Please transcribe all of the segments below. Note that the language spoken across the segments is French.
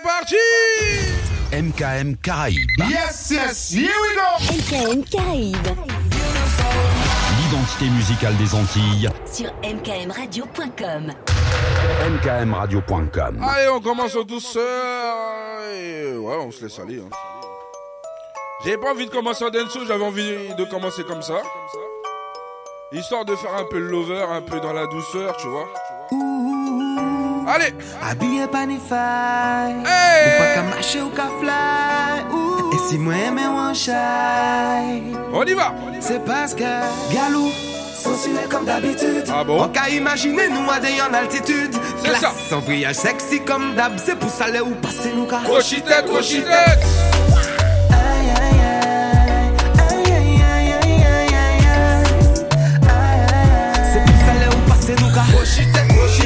parti. MKM Caraïbes. Yes, yes, here we go. MKM Caraïbes. L'identité musicale des Antilles. Sur mkmradio.com. mkmradio.com. Allez, on commence en douceur. Et ouais, on se laisse aller. Hein. J'avais pas envie de commencer en dancehall, j'avais envie de commencer comme ça. Histoire de faire un peu le lover, un peu dans la douceur, tu vois. Allez! Habillé panify. Hey! Ou pas qu'à marcher ou qu'à fly. Et si moi aimé ou en shy. On y va! C'est parce que galou, sensuel comme d'habitude. Ah bon? On qu'a imaginer nous à des en altitude. C'est Classe, ça. sans vrillage sexy comme d'hab. C'est pour ça où passer nous qu'à. Crochitette! C'est pour ça où passer nous qu'à. Crochitette.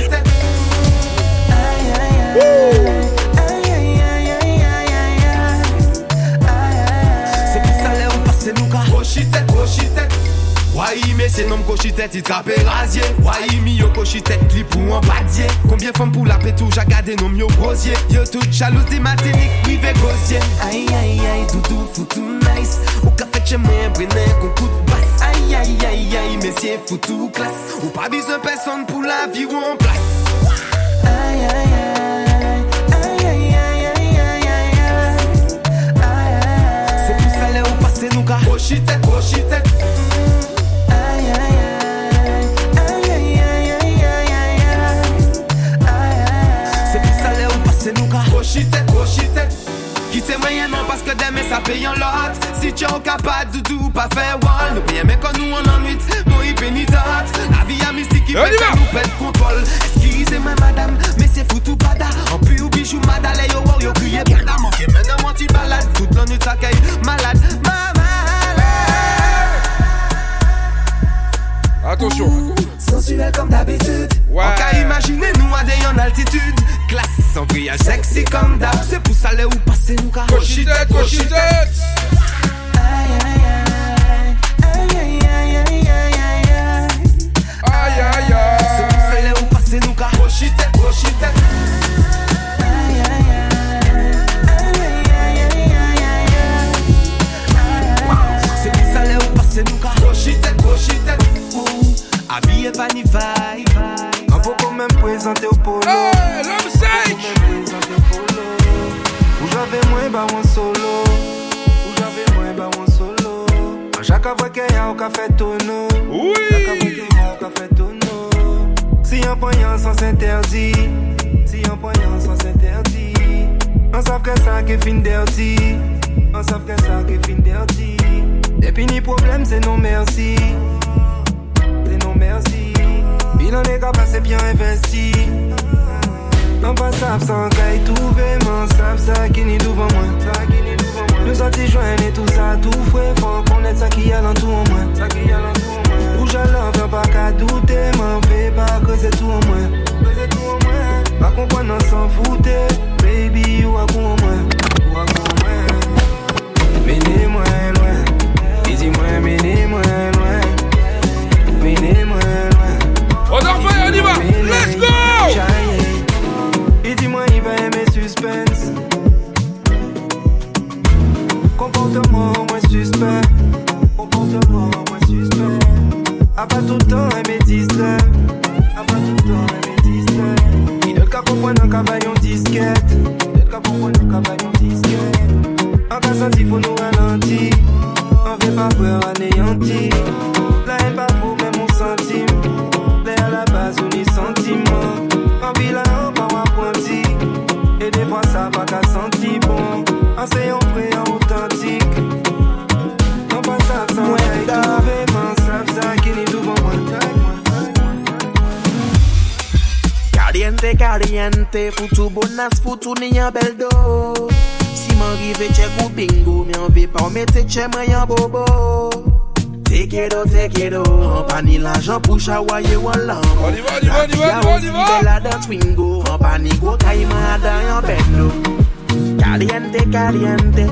Cochitette. Wai mais c'est nom cochitette, il trappe rasier. Wai mi yo cochitette, li pour un badier. Combien femmes pour la pétou, j'ai gardé nom yo rosier. Yo tout jalouse des matiniques, privé gosier. Aïe aïe aïe, doudou foutou nice. Ou ka fait chez moi, prenez qu'on coup de basse. Aïe aïe aïe aïe, messieurs foutou classe. Ou pas besoin personne pour la vie ou en place. Aïe aïe aïe. C'est pour ça là où passer nous car cochitette. C'est pour ça là où passer nous car cochitette. Quittez moyen non parce que demain ça paye en lot. Si tu es capable doudou pas faire wall. Nous payons mais quand nous on en nuit. Bon il pénitente. La vie a mystique qui fait nous pète contrôle. Excusez-moi madame, mais c'est foutu bada. En plus ou bijou madale yo crié bada. Manqué maintenant mon petit balade. Toute la nuit ça caille malade. Attention. Sensuel comme d'habitude. Ouais. On qu'a imaginer nous à des en altitude. Classe sans vrillage sexy comme d'hab. C'est pour ça là où passer nous car Cochitette. Aïe aïe aïe. C'est pour ça là où passer nous car cochitette. C'est pour ça là où passer nous car cochitette. Habillé panify. Un peu comme même présenté au polo. Hey, l'homme sage. Où j'avais moins bah mon solo. Chaque fois qu'il y a un café tonneau. Oui. Chaque fois qu'il y a un café tonneau. Si un poignant sans s'interdit. On savent que ça qui fin dirty. Et puis ni problème c'est non merci. Bilan n'est qu'à passer bien investi. On passe sans caille tout vraiment. Savent ça qui n'est devant moi. Nous sortis joindre et tout ça tout fouet. Faut connaître ça qui y a dans tout en moi. Où j'allais faire pas qu'à douter. M'en fais pas que c'est tout en moi. Pas comprendre on s'en foutait. Baby ou à coup en moi. Menez-moi loin. Dis-moi menez-moi loin. On en refait, on y va. Let's go. Et dis-moi il va aimer suspense. Comportement moins suspect. A pas tout le temps aimer distrait. Il ne qu'à comprendre un cabayon disquette. En cas senti faut nous ralentir. On fait pas peur anéanti. La haine pas fou même on centime. L'air à la base on y sentiment. En ville on pas apprenti. Et des fois ça pas qu'à sentir bon. Enseignant vrai en authentique. On passe à sans aïe tout vraiment. Savent ça qui n'est devant moi. Caliente, foutu bonas, foutu ni un bel dos. Si m'arrive check ou bingo, m'en vais pas mettre check moi en bobo. Take it, en pani l'argent pour chawailler ou en lambe. On y va. Bella dans Twingo, en pani go caïman dans un bendo. Caliente.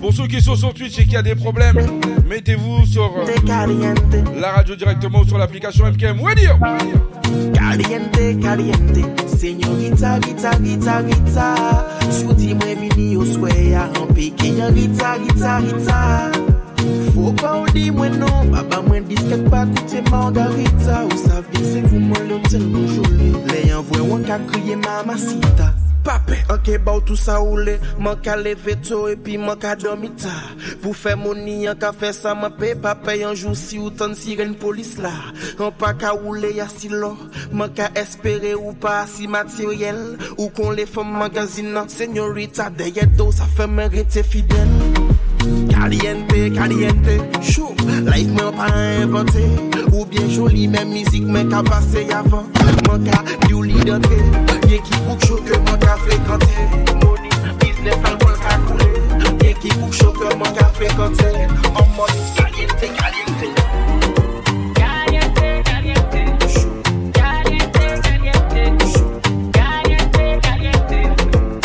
Pour ceux qui sont sur Twitch et qui a des problèmes, mettez-vous sur la radio directement ou sur l'application MKM Radio. Caliente, caliente, señorita, Rita, Rita, Rita. Souti moi vini au soya, en piqué, Rita, Rita, Rita. Faut pas ou di moi non, baba moi disquette pas coûter Margarita. Ou savez c'est vous moi l'homme tellement joli. Les envoie on ka crier mamacita. Pape, ok, bah tout ça roule, man ka lever tôt et puis man ka dormir tard. Pour faire mon nid, on ka fait ça, man paye pas paye un jour si ou tant sirène police là. On pas ka roule y'a si long, man ka espérer ou pas si matériel. Ou qu'on les femmes magazine, señorita, derrière dos, ça fait me rester fidèle. Caliente, caliente, chaud, life moi pas inventé. Ou bien joli, même musique, mais qu'à passer avant. Mon cas, du lit d'entrée. Bien qui bouge chaud que mon cas fréquenté. Money, business, alcool, qu'a coulé. Bien qui bouge chaud que mon cas fréquenté. En mode caliente, caliente. Caliente, caliente. Chaud. Caliente, caliente. Chaud. Caliente, caliente.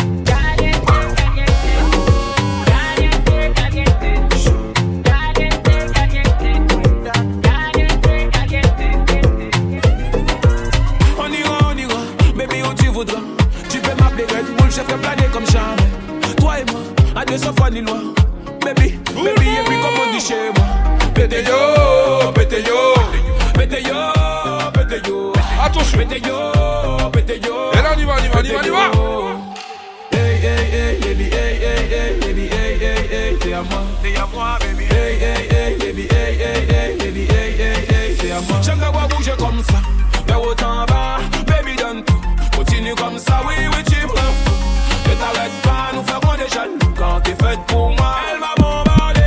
Tu peux m'appeler Red Bull, je fais planer comme jamais. Toi et moi, à 200 fois ni loin. Baby, et puis comme on dit chez moi. Pété yo, pété yo. Pété yo, pété yo. Attention. Pété yo, pété yo. Et là on y va, on y va, on y va, on y va. Hey, hey, hey, baby, hey, hey, hey, baby, hey, hey, hey, t'es à moi, baby. Hey, hey, hey, baby, hey, hey, hey, baby, hey, hey, hey, t'es à moi. J'aime te voir bouger comme ça, vers autant bas, baby donne tout. Continue comme ça, oui, oui, tu me rends fou. Ne t'arrête pas, nous ferons des jaloux. Quand t'es faite pour moi, elle m'a bombardé.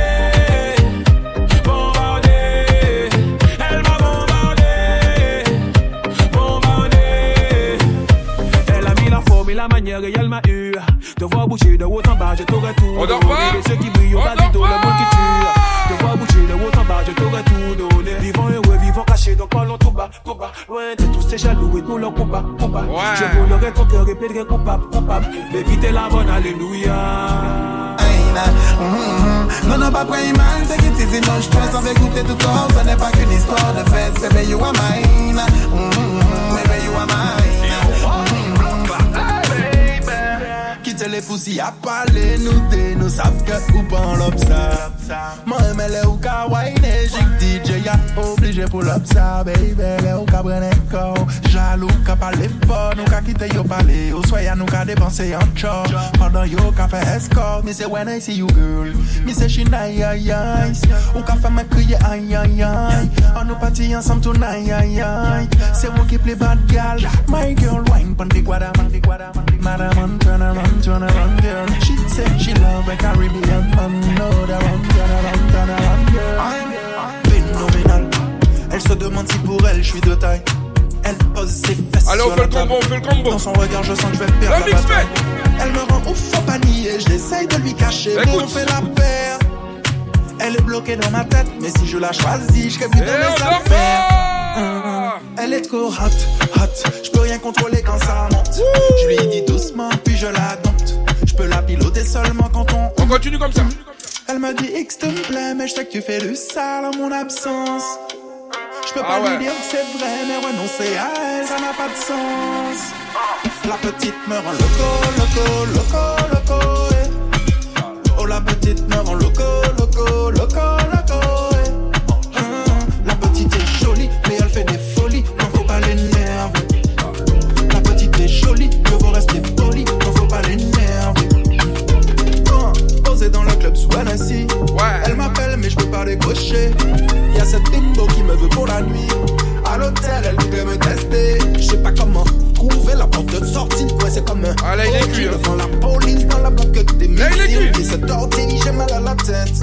Bombardé. Elle m'a bombardé. Bombardé. Elle a mis la forme et la manière et elle m'a eu. Te voir bouger de haut en bas, je t'aurais tout. On dort pas. Et ceux qui brillent au basido, le monde qui tue. Te voir bouger de haut en bas, je t'aurais tout donné. Vivant heureux, vivant caché, donc parlons tout bas, tout bas. Loin de tous ces jaloux et tout leur combat, combat. Ouais. Je volerai ton cœur et plaiderai coupable, coupable. Évitez la bonne, alléluia. Non, non, pas près mal, c'est que c'est non, je pense avec goûter tout corps. Ce n'est pas qu'une histoire de fête, baby, you are mine. Baby, you are mine. Quitte les poussis à parler, nous savent que ou pas l'observe. Moi, mais ou ka wine, j'ai DJ y'a obligé pour l'observe, baby, ou ka prenne corps. Jaloux ka parler fort, nous ka quitter yo parler. Ou soit y'a nous ka dépenser en char. Pendant yo ka fait escort, me say when I see you girl, me say she nice. Ou ka fait me crier aïe aïe aïe. On nous partit ensemble tonight aïe aïe. C'est moi qui play bad gal, my girl wine pon the guada, madam turn around girl. She said she love a Caribbean man, no that turn around girl. I'm phénoménal. Elle se demande si pour elle je suis de taille. Elle pose ses fesses. Allez, on fait le combo, on fait le combo. Dans son regard, je sens que je vais perdre la bataille. Elle me rend ouf, faut pas nier. J'essaye de lui cacher, mais on fait la paire. Elle est bloquée dans ma tête, mais si je la choisis, je serai plus dans mes affaires. Elle est trop hot. Je peux rien contrôler quand ça monte. Je lui dis doucement, puis je la dompte. Je peux la piloter seulement quand on continue comme ça. Elle me dit X te me plaît, mais je sais que tu fais du sale en mon absence. Je peux pas lui dire que c'est vrai, mais renoncer à elle, ça n'a pas de sens. La petite me rend loco, eh. Oh, la petite me rend loco, eh. La petite est jolie, mais elle fait des folies, non faut pas l'énerver. La petite est jolie, mais faut rester poli, non faut pas l'énerver. Posé dans le club sous Annecy. Elle m'appelle, mais je peux pas décrocher. Y'a cette bimbo qui me veut pour la nuit. À l'hôtel, elle voudrait me tester. Je sais pas comment trouver la porte de sortie. Ouais, c'est comme un. Ah là, il est cuit. Devant la police dans la bloquette des missiles. Et cette tortille, j'ai mal à la tête.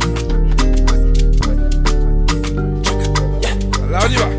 Là, on y va.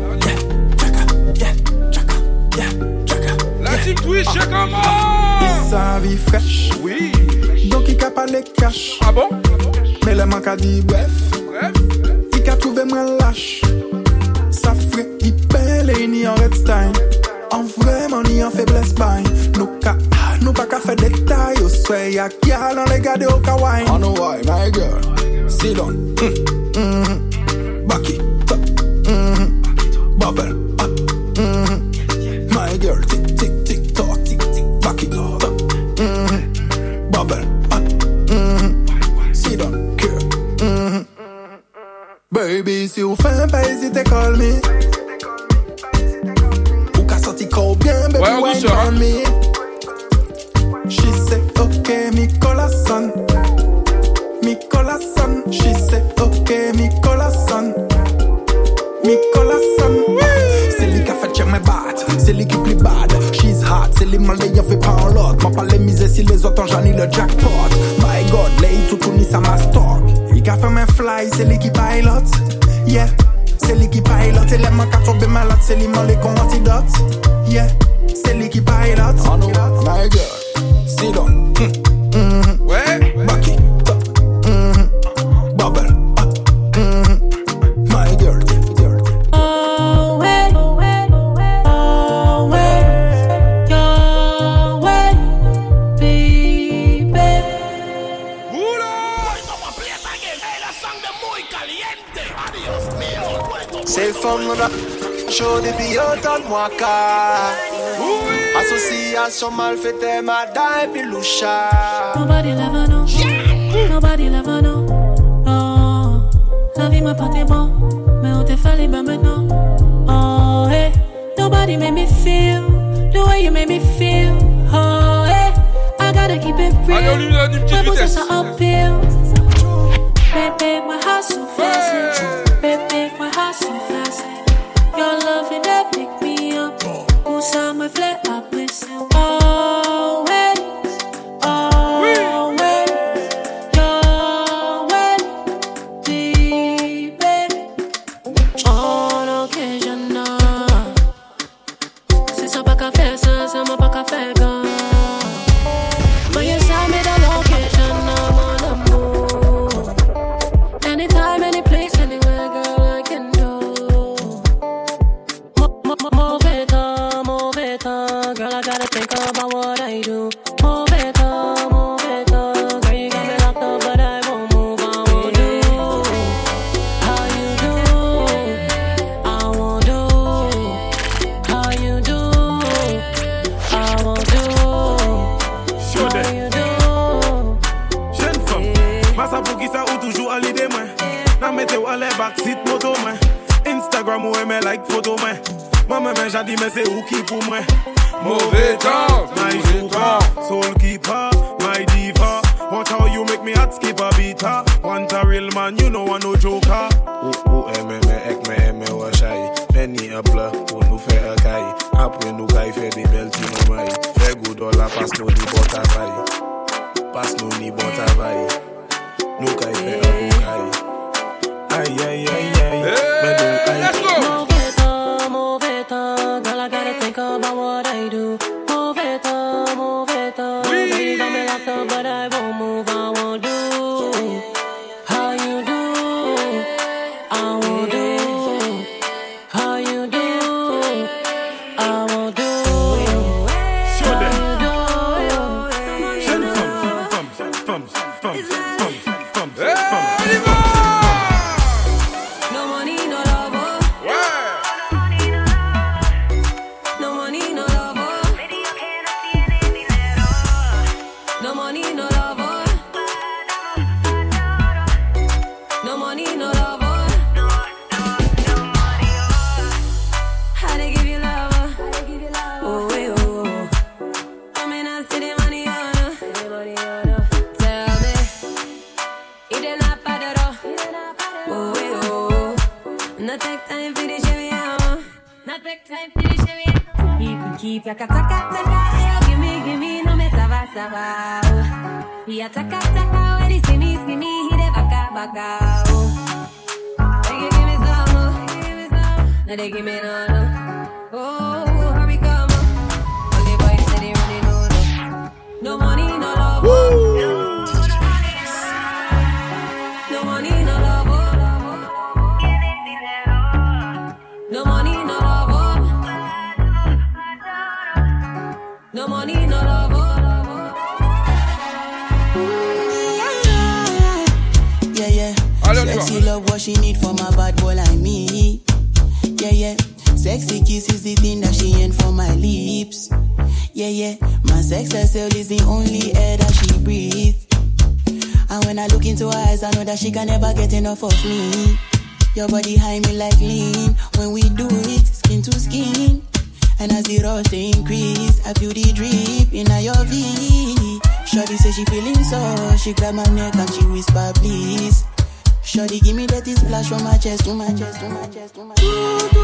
La team Twitch, c'est comment? Sa vie fraîche. Oui. Donc, il cap à les cash. Ah bon? Mais le manque a dit bref. Il a trouvé moins lâche. Ça ferait hyper les ni en red style. En vraiment ni en faiblesse bain. Nous ka nous pas qu'à faire détail. Au soir, y'a girl dans les gars au kawaii. I know why, my girl. Sit down. Back it up. Bubble up. My girl, tick, tick, tick, tock, tick, tick. Back it up. Bubble up. Sit down, girl. Baby, si vous faites pas hésiter, call me. Ou qu'à sortir corps bien, baby, wine on me. She say, okay, me call her son. Me call her son. She say, okay, me call her son. Me call her son. C'est lui qui a fait check my bat. C'est lui qui plus bad. She's hot. C'est lui malais y'a fait pas en lot. M'a pas les misères si les autres ont j'en le jackpot. My God, lay tout tourner ça m'a stock. Il a fait mes fly. C'est lui qui pilot. Yeah. C'est lui qui pilot. Et les mains qui tombent malade. C'est lui malais qu'on antidote. Yeah. C'est lui qui pilot. Oh no, my girl. Sit down. Ouais. Back it up. Bubble up. My girl. Always, always, your way, baby. C'est femme nous a chaud depuis autant de mois car association mal faite madame et puis loucha. Nobody never know, nobody never know. Oh, la vie m'a pas été bon, mais on te fallait bien maintenant. Oh, hey, nobody made me feel the way you made me feel. Oh, hey, I gotta keep it real. Allez, on lui donne une petite vitesse. Baby, my heart so fast. Baby, my heart so fast. Your love and that pick me up. Who's on my flat up with you? Always, always, your way, baby. On occasion, c'est ça pas qu'à faire ça, ça m'a pas qu'à faire gars. But you saw me the location, mon amour. Anytime, any place, anywhere, girl, I can do. Mauvais temps, girl, I gotta think about what I do. Mauvais temps, girl, you got me locked up, but I won't move. I won't do how you do. I won't do how you do. I won't do how you do. Jeune femme, massa pour qui ça ou toujours à l'idée moi. N'a mettez ou à les backseat moto moi. Instagram ou aimer like photo moi. Moi-même j'ai dit mais c'est où qui pour moi. Mauvais temps, my joker, soul keeper, my diva. Watch how you make me heart skip a beat. Want a real man, you know I no joker. Ek me wa shy. Penny a bla, pour nous faire un caille. Après nous caille fait des belles tino maille. Fait good dollar, passe nous ni bon travail. Passe nous ni bon travail. Nous caille fait un beau caille. Aïe aïe aïe aïe. Mais nous caille. Let's go. Mauvais temps, girl, I gotta think about what I do. Mauvais temps, oui. girl, you got me locked up, but I won't move. I won't do how you do. I won't do how you do. I won't do Show them. how you do. Jeune femme. Hey, on y va. No money, no love, Ouais. no money, no love, no money, no love, no money, no love. How to give you love? Oh, wait, oh. I mean, I see the money on her. Tell me, it ain't not bad at all. Oh, wait, oh. Not take time for the shimmy, not take time for the shimmy. Keep your kataka, give me, no me sava. He ataka, when he see me, he de baka. They give me some, now they give me no. Oh, hurry come on. All the boys say they running no money, no love. No money, no love. No money, no love. No money, no love. Sexy love what she need from a bad boy like me. Yeah. Sexy kiss is the thing that she ain't for my lips. Yeah. My sex herself is the only air that she breathes. And when I look into her eyes, I know that she can never get enough of me. Your body high me like lean. When we do it, skin to skin. And as the rush they increase, I feel the drip in your V. Shorty say she feeling so. She grab my neck and she whisper please. Shorty give me that splash from my chest to my chest to my chest to my chest.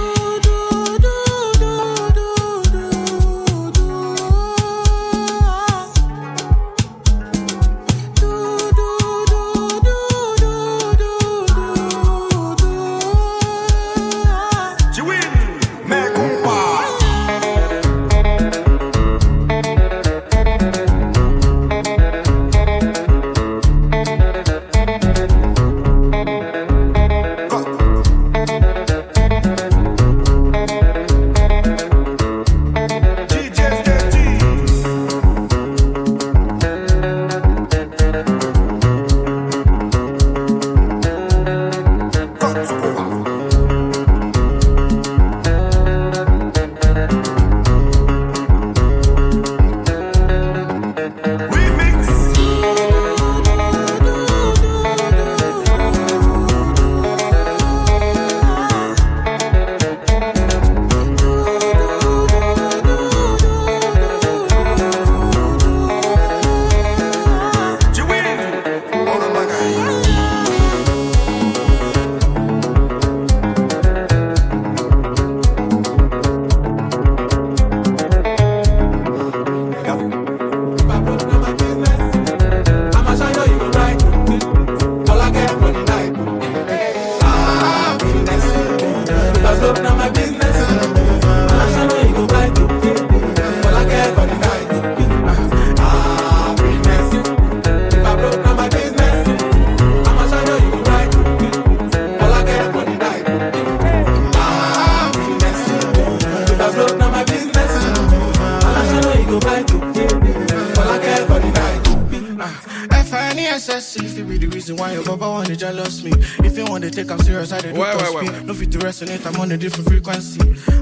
I'm on a different frequency.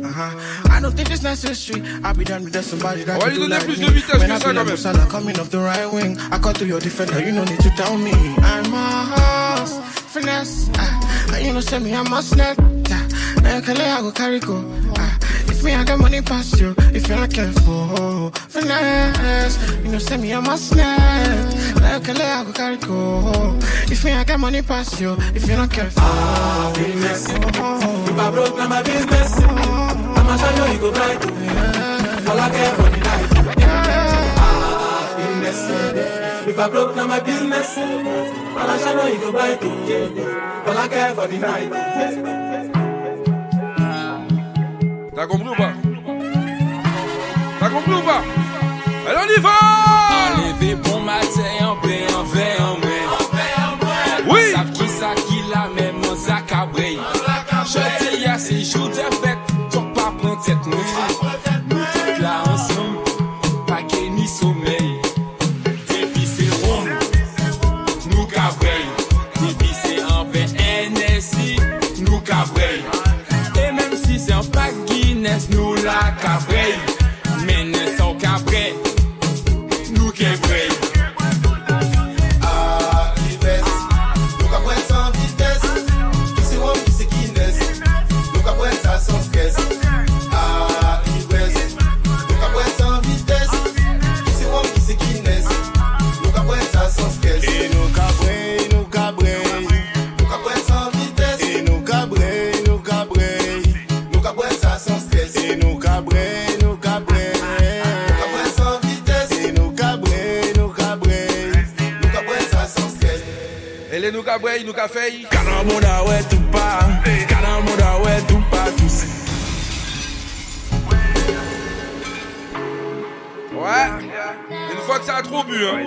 I don't think it's necessary. I'll be done with that somebody that can do like me. When I feel like Musala coming off the right wing, I cut through your defender, you don't need to tell me. I'm a horse, finesse. You know, send me, I'm a snap. Now you can let I go carry go. If me, I got money past you. If you're not careful, finesse. You know, send me, I'm a snap. Now you can let I go carry go. If me, I got money past you. If you're not careful, finesse. If I broke, now my business. I'ma show you go bright. All I care for the night. Finesse. If I broke, now my business. I'ma show you go bright. All I care for the night. T'as compris ou pas? T'as compris ou pas? Allez, on y va! Enlevé bon matin, en paix, en verre, en main. Oui! Savent qui ça qui la même en zacabré. Je dis à ces jours de fête, donc pas prendre tête nous. Nous toutes là ensemble, pas qu'il ni sommeil. Depuis c'est rond, nous cabré. Depuis c'est en paix, NSI, nous cabré. Et même si c'est en pack Guinness, nous la cabré. Mais ne sont cabré, nous cabré. Nous cabray, nous café. Canamoda ouais tout pas, Canamoda ouais tout pas tous. Ouais. Une fois que ça a trop bu, hein.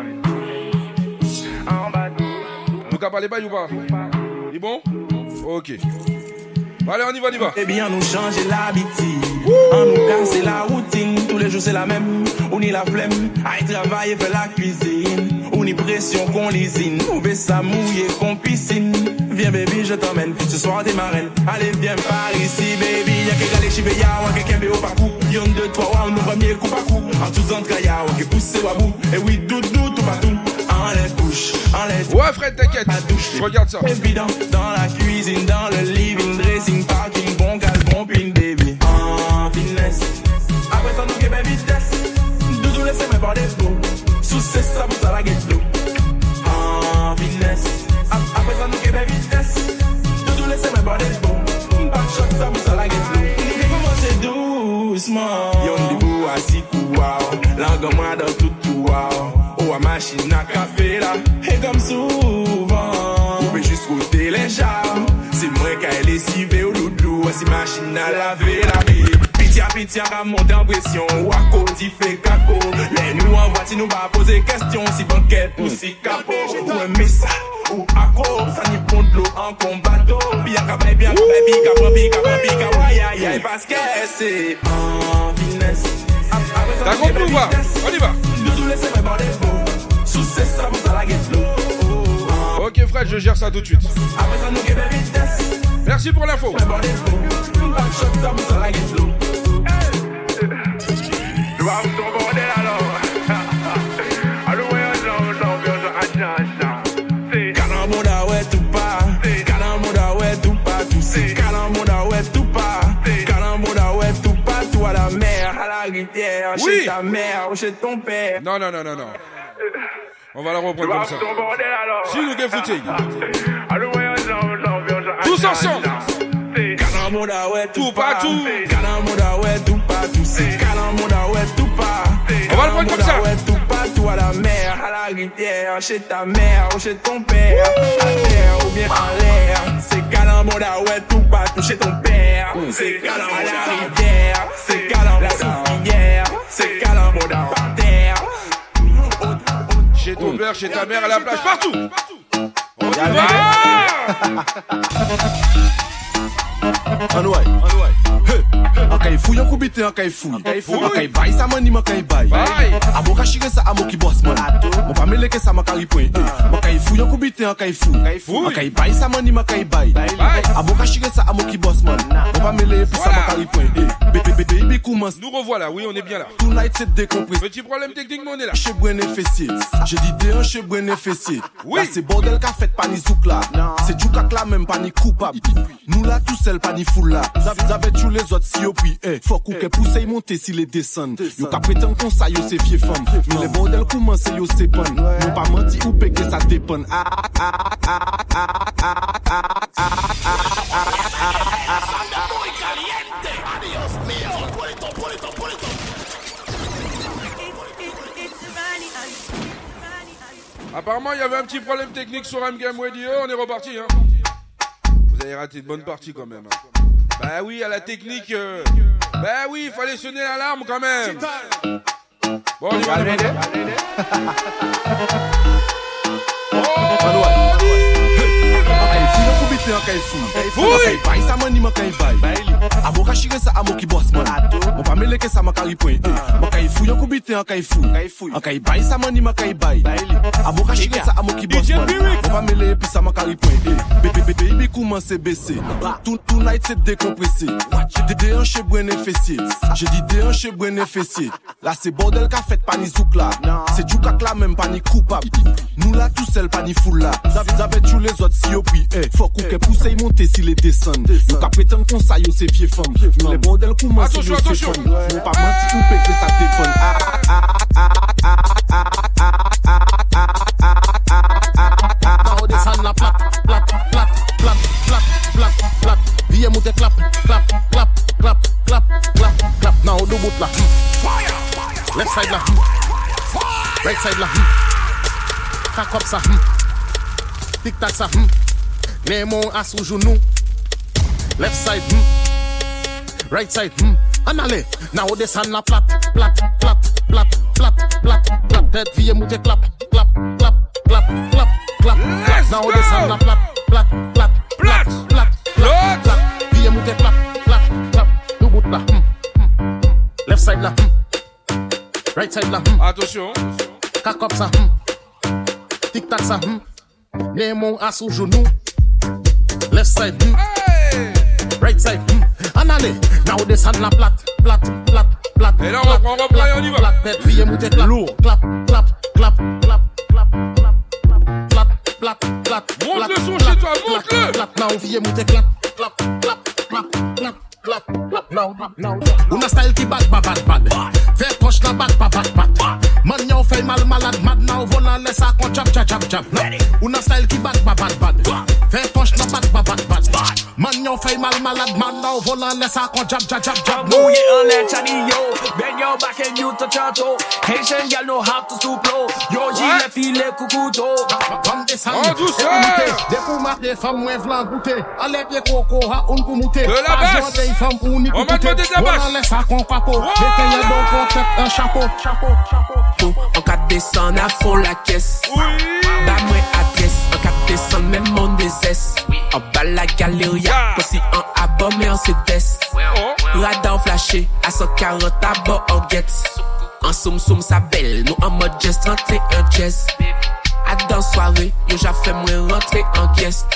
Nous cap parler pas ou pas? Il est bon? Ok. Allez, on y va, on y va. Eh bien, nous changer l'habitude. En nous cas, c'est la routine. Tous les jours, c'est la même. On y la flemme. Aïe, travailler, fait la cuisine. On y pression qu'on lisine. On veut ça mouiller qu'on piscine. Viens, baby, je t'emmène. Ce soir, t'es marraine. Allez, viens par ici, baby. Y'a quelqu'un les chibé, y'a quelqu'un béo par coup. Y'en deux, trois, ouais, nous premier coup par coup. En tous entrées, y'a qui pousse au bout. Et oui, doudou, tout partout. En les couches, en les. Ouais, Fred, t'inquiète. Je regarde ça. Évident, dans la cuisine, dans le living, dressing, parking, bon cal, bon ping, baby. En finesse. Après ça, nous, qu'est vitesse. Doudou, laissez-moi par des flots. Sous ces sables, ça la get flow. En finesse. Après ça, nous, qu'est vitesse. Doudou, laissez-moi par des flots. Backshot, ça la get flow. Commencez doucement. Y'en dit beau, assis, wow. L'engouement dans tout, wow. Oh, la machine à café là. Et comme souvent, on peut juste côté les jambes. C'est moi qui ai lessivé au doudou. C'est machine à laver la vie. Pitié, à monter en pression. Ou à côté, fait caco. Les nous en voiture, nous va poser question. Si banquette ou si capot. Ou un message. Ou à cause, ça n'y pond de l'eau en combatto. Bien capé, pica, ouais, parce que c'est en finesse. T'as compris ou pas? On y va. Sous ces sables, ça la get flow. Ok, Fred, je gère ça tout de suite. Merci pour l'info. Chez ta mère ou chez ton père. Non. On va la reprendre comme ça. Si nous qu'est footing. Tous ensemble. Tout partout. On va le prendre comme ça. Tout partout à la mer, à la rivière, chez ta mère ou chez ton père. À terre ou bien en l'air. C'est Calamboda, ouais, tout partout chez ton père. C'est Calamboda à la rivière. C'est Calamboda la souffrière. C'est Calamboda par terre. Chez ton père, chez ta mère, à la plage, partout. On y va. Anouay. En kay fouille, en koubite, en kay fouille. En kay baille, ça mani, en kay baille. Amo kachire ça, amo ki boss man. Mon pa meleke ça, ma kari point. En kay fouille, en koubite, en kay fouille. En kay baille, ça mani, en kay baille. Amo kachire ça, amo ki boss man. Mon pa meleke ça, ma kari point. Baby commence. Nous revoilà, oui, on est bien là. Tonight c'est décompressé. Petit problème technique, mais on est là. Chez Bren et Fessier. J'ai dit D1 chez Bren et Fessier. Oui. Là c'est bordel qu'a fait pas ni zouk là. C'est Djoukak là même pas ni coupable. Nous là tout seul pas ni foule là. Vous avez tous les autres si yo puis faut que pousse y monter si les descendent. Yo ka prétend qu'on ça yo c'est vieux femme. Mais les bordel commence yo c'est pan. Non pas menti ou péqué ça dépend. Apparemment, il y avait un petit problème technique sur MKM Radio. On est reparti, hein. Vous avez raté une bonne partie quand même. Hein. Bah oui, à la technique. Bah oui, il fallait sonner l'alarme quand même. Bon, on y va. En kay baille, ça mani, en kay baille. Amo kachire ça, amo ki boss man. Mon pa meleke ça, ma kari point. En kay fouille, en koubite, en kay fouille. En kay baille, ça mani, en kay baille. Amo kachire ça, amo ki boss man. Mon pa meleke puis ça, ma kari point. Baby commence à baisser. Tonight c'est décompressé. J'ai dit D1 chez Bren et Fessier. J'ai dit D1 chez Bren et Fessier. Là c'est bordel qu'a fait pas ni zouk là. C'est Djoukak là même pas ni coupable. Nous là tout seul pas ni foule là. Vous avez tous les autres si yo puis faut que pousse y monter si les descendent. Yo ka prétend qu'on ça yo c'est vieux femme. Mais les bordel commence yo c'est fun. Non pas menti ou péqué ça dépend. On descend la plate. Viens monter clap. Now do bout là. Left side là. Right side là. Cock up ça. Tic tac ça. Les mots à sous genou. Left side. Right side. En allez. Now descend la plate. Tête viens monter clap. Now descend la plate. Viens monter clap. Do bout là. side là. Attention. Kakop ça. Tic tac ça. Les mon à sous genou. Left side. Right side. En allez. Now descend la plate. Et là on reprend et on y va. Plate, vie monter clap. Clap. Monte le son chez toi, monte-le. Now vie monter clap. On a style qui bat. Fait poche la bat. Man yon fait malade, mad now volant laisse à con jab. On a style qui bat. Fait poche la bat. Man yon fait malade, mad now volant laisse à con jab. Move it on that chatty yo, bend your back and you touch your toe. Haitian girl know how to stoop low. Yo gilet filet coucouto. Comme des sangs, des pour mater femmes moins vlan goûter. Allez pied coco ha on pour monter. De la basse. On va te des abasses. Laisse à con papo. Mettez donc on tête un chapeau. En 4 descend à fond la caisse. Dame-moi adresse. En 4 descend même mon désesse. En bas la galeria. Aussi en abord mais en cédès. Radar flashé. À 140 à bord en guette. En soum sa belle. Nous en mode jazz 31 jazz. À dans soirée. Yo j'a fait moi rentrer en guest.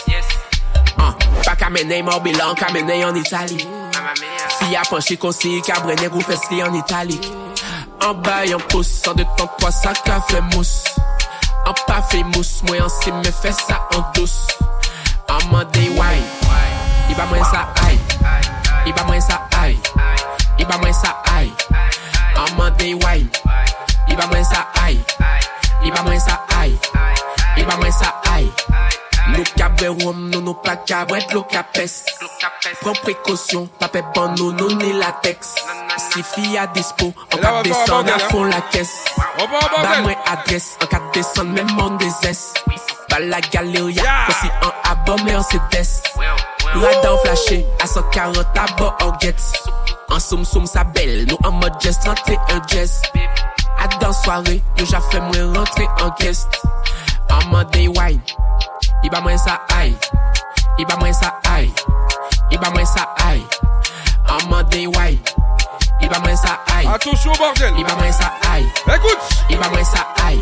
Pas qu'à mener mon bilan. Qu'à mener en Italie. Fille à pencher conseiller. Qu'à brûler gros festi en Italie. En bas y'en pousse, en 2 temps 3 sacs à fait mousse. En pas fait mousse, moi en si me fait ça en douce. En mandé wine, il va moins ça aïe. Il va moins ça aïe. Il va moins ça aïe. En mandé wine, il va moins ça aïe. Il va moins ça aïe. Il va moins ça aïe. Nous cabrerom, nous pas cabret, l'eau capes. Prends précaution, pas fait bon nous ni latex. Si fille à dispo, en 4 descend à fond la caisse. Dame-moi adresse, en 4 descend même mon désesse. Bas la galeria, aussi en abord mais en cédès. Radar flashé, à 140 à bord en guette. En soum sa belle, nous en mode jazz 31 jazz. À dans soirée, yo j'a fait moi rentrer en guest. En mode wine. Il va moins ça aïe. Il va moins ça aïe. Il va moins ça aïe. En mode wine. Il va moins ça aïe. Attention bordel. Il va moins ça aïe. Écoute. Il va moins ça aïe.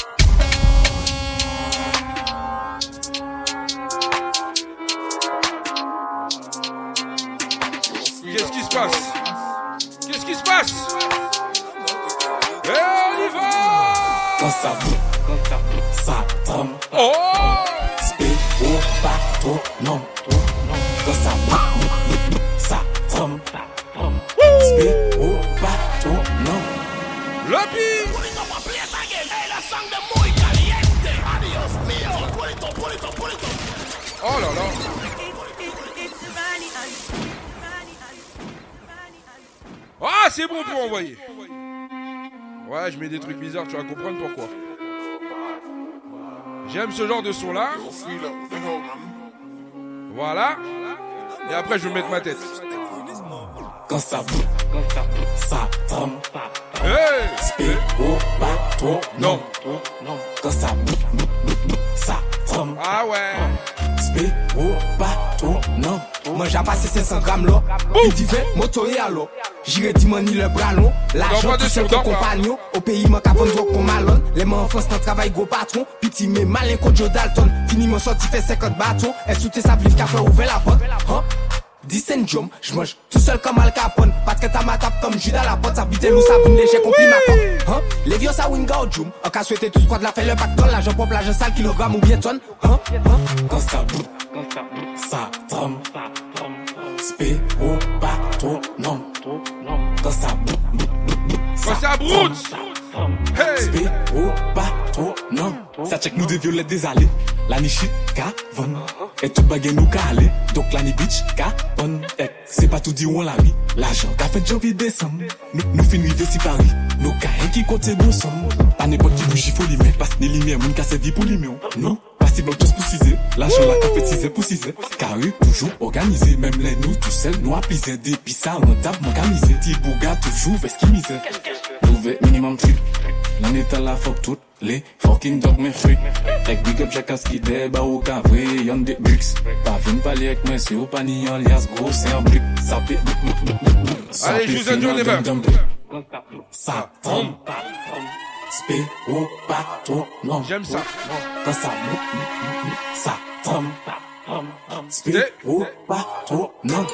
Qu'est-ce qui se passe? Et on y va. Quand ça tremble. Oh. Spé au bateau, non. Quand ça tremble. Spé au bateau, non. Lopi. Oh là là. Ah, c'est bon pour envoyer. Ouais, je mets des trucs bizarres, tu vas comprendre pourquoi. J'aime ce genre de son là. Voilà. Et après, je vais mettre ma tête. Quand ça tremble. Hey. Spé au bateau, non. Quand ça tremble. Ah ouais. Spé au bateau, non. Moi j'ai passé 500 grammes là. Il dit fait motorer à l'eau. J'irai dire ni le bras long. L'argent tout seul comme compagnon. Au pays moi qu'à vendre comme malon. Les mains en France dans travail gros patron. Piti mais malin contre Joe Dalton. Fini mon sorti fait 50 bâtons. Elle soute sa vif qu'a fait ouvrir la porte. Dicen jom, j'mange tout seul comme Al Capone. Parce que t'as ma tape comme Judas à la porte. Ça vite nous ça vine léger compris ma porte. Les vieux ça winga au joom. En cas souhaité tout squad la fait le pactole. L'argent pop l'argent sale kilogramme ou bien tonne. Quand ça bout, ça tremble. Spé au bateau, non. Quand ça bout, quand ça broute. Spé au bateau, non. Ça check nous des violettes des allées. La nichit cavonne. Et tout baguette nous calé. Donc la ni bitch capone. C'est pas tout dit où on la rit. L'argent qu'a fait janvier décembre. Nous finissons vivre si Paris. Nous caïns qui comptent bon somme. Pas n'importe qui bouge il faut limer. Passe ni lumière, moun qu'a servi pour l'imion. Non. Pas si bloc juste pour 6 heures. L'argent la qu'a fait 6 heures pour 6 heures. Carré toujours organisé. Même les nous tout seuls nous appliser. Depuis ça rentable m'organiser. Ti bouga toujours vesquimiser. Trouver minimum truc. L'on est à la fuck toutes les fucking dog mes fruits. Avec big up chacun ce qui débat au cavré, y'en des bucks. Pas vine parler avec moi, c'est au panier en lias gros, c'est un brick. Ça peut. Allez, je vous adore les mains. Ça tombe. Spéro pas trop non. J'aime ça. Quand ça ça tombe. Spéro pas trop non.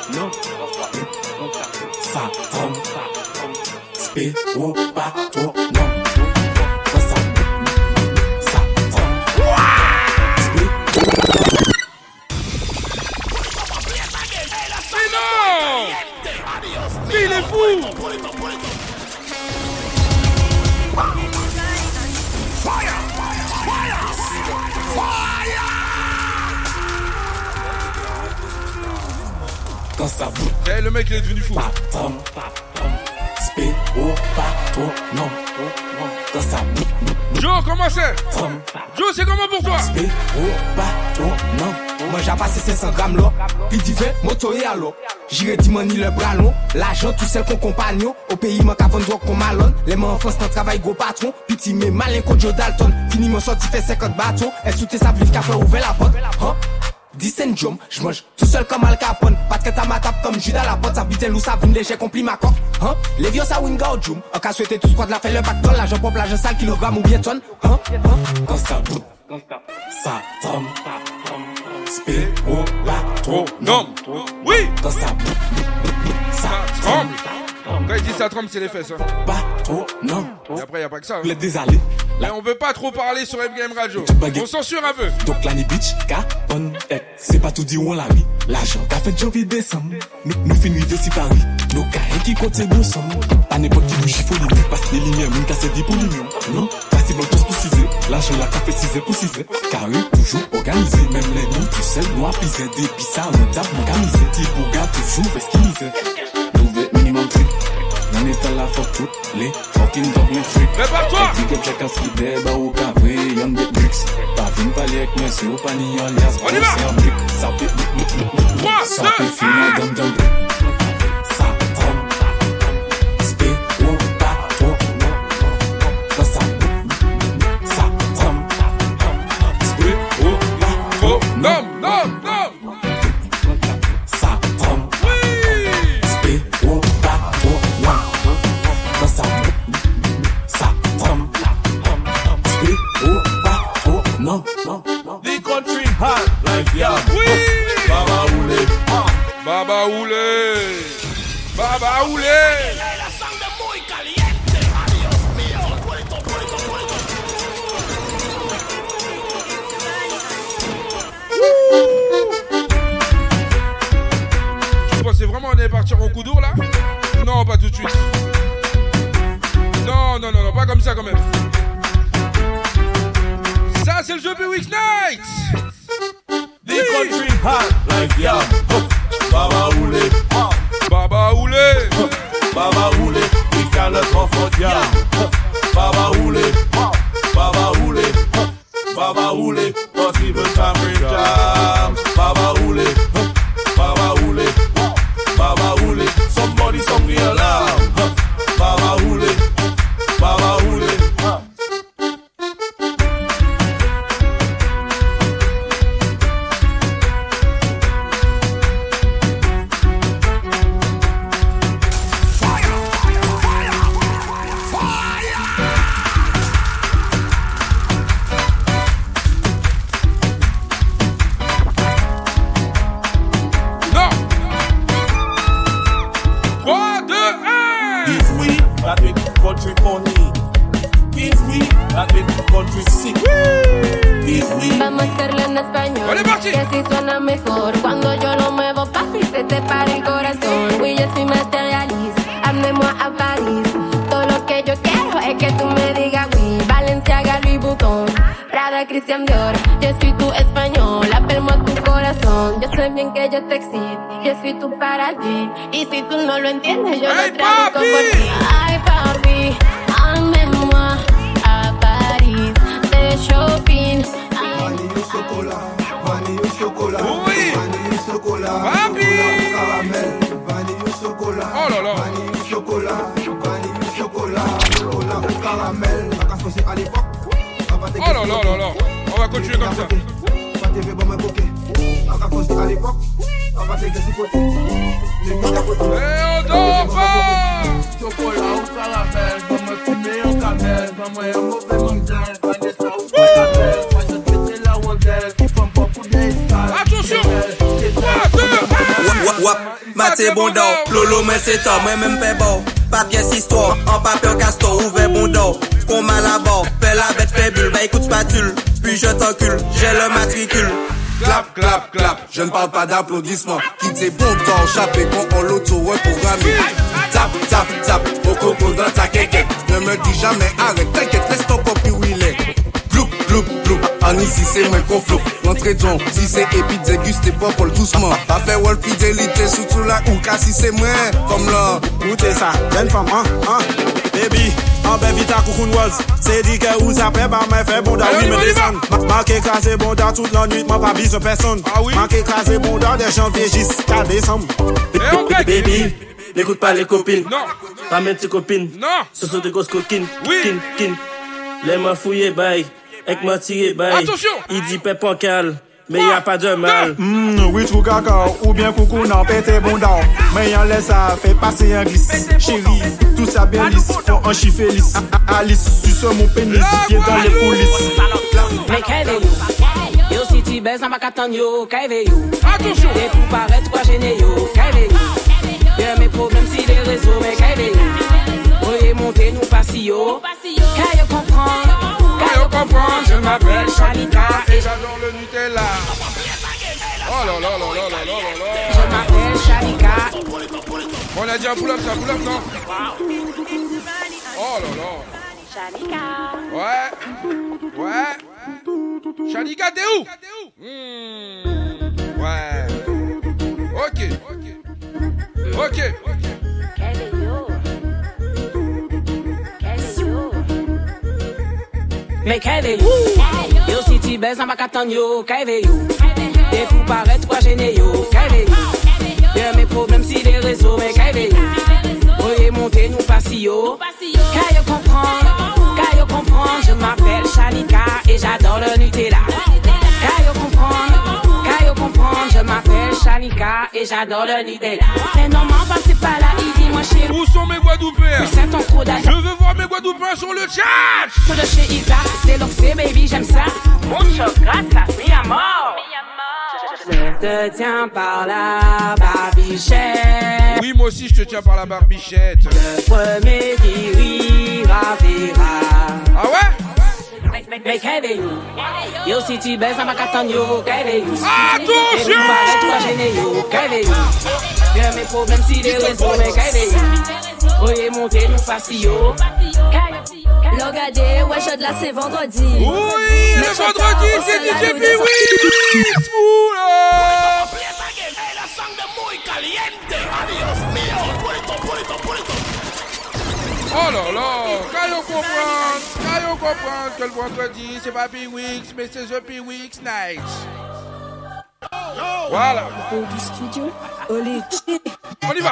Ça tombe. Spéro pas trop non. Quand ça tombe. Mais non! Il est fou! Quand ça bouge. Eh, le mec il est devenu fou. Spéro pas trop non. Quand ça bouge. Joe, comment c'est? Joe, c'est comment pour toi? Spéro pas trop non. Moi j'ai passé 500 grammes là. Puis divin, moto et allo. J'irai dimani le bras long. L'argent tout seul qu'on compagnon. Au pays man qu'avant drogue qu'on malonne. Les mains en France dans travail gros patron. Piti mais malin contre Joe Dalton. Fini mon sorti fait 50 bâtons. Elle sous-té sa vif café ouvert la porte. Hein? 10 cents jom, j'mange tout seul comme Al Capone. Parce que t'as ma tape comme Judas la porte. Ça vite loup, ça vine léger, compli ma coque. Hein? Les vieux ça winga au joom. En cas souhaité tout squad la fait le pactole. L'argent pop, l'argent sale, kilogramme ou bien tonne. Hein? Quand ça bouge, ça tombe. Spéro pas trop non. Oui! Quand ça bouge, ça tombe. Quand il dit ça tremble, c'est les fesses. Hein. Pas trop non. Et après, y a pas que ça. Les désalés. Mais on veut pas trop parler sur MKM Radio. On censure un peu. Donc l'année bitch, Capone, c'est pas tout dit où on l'a mis. L'argent qu'a fait janvier décembre. Nous finissons ici Paris. Nos carrés qui comptent c'est beau somme. Pas n'importe qui bouge, il faut les parce que les lumières, moun casse 10 pour l'union. Non, facile tous pour 6 l'argent la café 6 pour 6 carré, toujours organisé. Même les nuits, tout seul, noir, pisé, des pissards, on tape, organisé. Type pour gars, toujours fesquinisé. Nouvel minimum truc. On est à la faute toutes les fucking dog les trucs. Prépare-toi! Et puis que check à ce qui débat au café, y'en des bricks. Pas vine pas les avec moi, c'est au panier en lias. On y va! Ça peut, ça peut finir dum dum. Ça tombe. Spéro pas trop, non. Quand ça tombe. Spéro pas trop, non, non, non. Ça tombe. Spéro pas trop, non. Quand ça tombe. Spéro pas trop, non, non. The country hot like yeah. Oui! Baba Oulé. Baba Oulé. Baba Oulé. Tu pensais vraiment on allait partir en coup d'ours là? Non, pas tout de suite. Non, non, non, non, pas comme ça quand même. Ça c'est le jeu de Weeknight. The country hot like yeah. Baba Oulé. Baba Oulé. Baba Oulé. Il cale trop fort yeah. Baba Oulé. Baba Oulé. Baba Oulé. Possible Camry Jam. Baba Oulé. Baba Oulé. Baba Oulé. Somebody song me alarm. Baba Oulé. Baba Oulé. That make country funny. This week, that make country sick. This week. Vamos a hacerlo en español. Que así suena mejor. Cuando yo lo muevo fácil se te para el corazón. Oui, je suis matérialiste. Amenez-moi à Paris. Todo lo que yo quiero es que tú me digas oui. Balenciaga, Louis Vuitton, Prada, Christian Dior. Je suis tu español. Appelle-moi tu corazón. Yo sé bien que yo te excite. Je suis tu paradis. Y si tú no lo entiendes, yo lo traduzco por ti. Ay, papi, emmène-moi à Paris. De shopping. Vanille au chocolat, vanille au chocolat. Oui. Vanille au chocolat. Papi. Caramel, vanille au chocolat. Oh là là. Vanille au chocolat, vanille au chocolat. Chocolat au caramel. La casse c'est à l'époque. Oh là là là là. On va continuer comme ça. Et on dort pas. Chocolat au caramel. me fumer en camel. Maman est mauvais modèle, pas des ça ou pas camel. Moi je pétais la rondelle, qui font pas pour des stars. Attention! Wap, maté bon d'or, lolo mais c'est tard, moi même pas bon. Pas pièce histoire, en papier castor, ouvert bon d'or. Qu'on m'a la bord, fais la bête fait bulle, bah écoute spatule, puis je t'encule, j'ai le matricule. Clap, clap, clap, je ne parle pas d'applaudissements. Quittez bon temps, chaper quand on l'auto-reprogrammé. Tap, tap, tap, au coco dans ta quéquette. Ne me dis jamais arrête, t'inquiète, laisse ton copie où il est. Gloup, gloup, gloup, en ici c'est moi qu'on floue. L'entrée donc, si c'est épide, déguste pas pour le doucement. Pas fait wall fidélité, surtout là où si c'est moi, comme là. Écoutez ça, jeune femme, baby. En belle vite à coucou walls. C'est dit que vous appelez, bah, mais fait bon, oui, me descend. Manque écrasé bon dans toute la nuit, m'a pas vu de personne. Manque écrasé bon dans des janvier jusqu'à décembre. Baby, n'écoute pas les copines. Non. Pas même tes copines. Non. Ce sont des grosses coquines. Oui. Kin. Les mains fouillées, bye. Avec moi tiré, bye. Attention. Il dit pépon cal. Mais y a pas de mal. Oui, tout caca, ou bien coucou, non, pété bon d'or. Mais y'en laisse ça, fait passer un glisse. Chérie, tout ça bien lisse, faut un chiffre lisse. Alice, tu sors mon pénis, pied dans les coulisses. Mais qu'elle est yo, si tu baises, n'a pas qu'attendre yo, qu'elle est yo. Attention. Et pour paraître, quoi gêner yo, qu'elle est yo. Y'a mes problèmes si les réseaux, mais qu'elle est yo. Voyez monter, nous passer yo. Qu'elle comprend. Je m'appelle Chalika et j'adore le Nutella. Oh là là là là là là là. Je m'appelle Chalika. On a dit un pull-up, ça, pull-up, non? Oh là là. Chalika. Ouais. Chalika, t'es où? Ouais. Ok. Mais qu'elle est yo, si tu baises, n'a pas qu'attendre yo, qu'elle est yo. Et pour paraître, quoi gêner yo, qu'elle est yo. Y'a mes problèmes si les réseaux, mais qu'elle est yo. Voyez monter, nous passer yo. Qu'elle comprend, je m'appelle Chalika et j'adore le Nutella. Qu'elle comprend, je m'appelle Chalika et j'adore le Nutella. C'est normal, passez pas là, il dit moi chez où sont mes Guadeloupéens? C'est ton trop d'ailleurs. Je veux voir mes Guadeloupéens sur le chat. Trop de chez Isa, c'est l'oxé, baby, j'aime ça. Mucho gracias, mi amor. Je te tiens par la barbichette. Oui, moi aussi, je te tiens par la barbichette. Le premier qui rira, verra. Ah ouais? Mais qu'elle est yo, si tu baises, n'a pas qu'attendre yo, qu'elle est yo. Attention! Et vous paraître, toi gêner yo, qu'elle est yo. Y'a mes problèmes si les réseaux, mais qu'elle est yo. Voyez monter, nous passer yo. Regardez, ouais, je de là, c'est vendredi. Oui, le vendredi, c'est DJ Pee-Wee. Oh là là, quand on comprend que le vendredi, c'est pas Pee-Wee, mais c'est The Pee-Wee Night. Voilà. Du studio, on y va.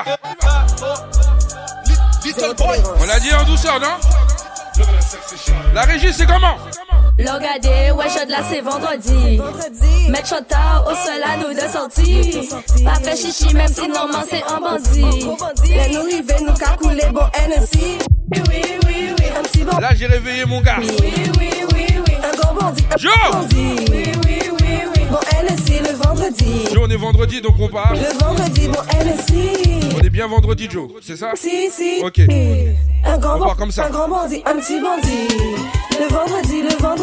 On l'a dit en douceur, non? La régie, c'est comment? Regardez, ouais, je de là, c'est vendredi. Mettre chota au sol à nous de sortie. Pas fait chichi, même si normalement c'est un bandit. Les nous river, nous calculer, bon NSI. Oui, un petit bon. Là, j'ai réveillé mon gars. Oui, un gros bandit. Joe! Oui, bon NSI le vendredi. Joe, on est vendredi, donc on part. Le vendredi, bon NSI. On est bien vendredi, Joe, c'est ça? Si. Ok. Un grand on part comme ça. Un grand bandit, un petit bandit. Le vendredi.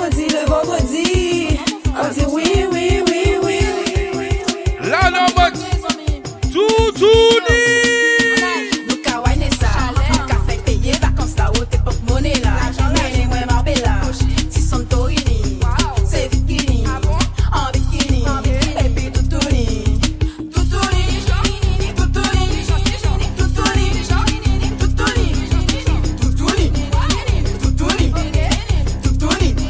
On dit oui. Là, on est en mode tout Nous ka wine ça, nous ka fait payer vacances là où t'es pas monnaie là. J'emmène moi Marbella, si son Torini, c'est bikini, en bikini, et puis toutouni.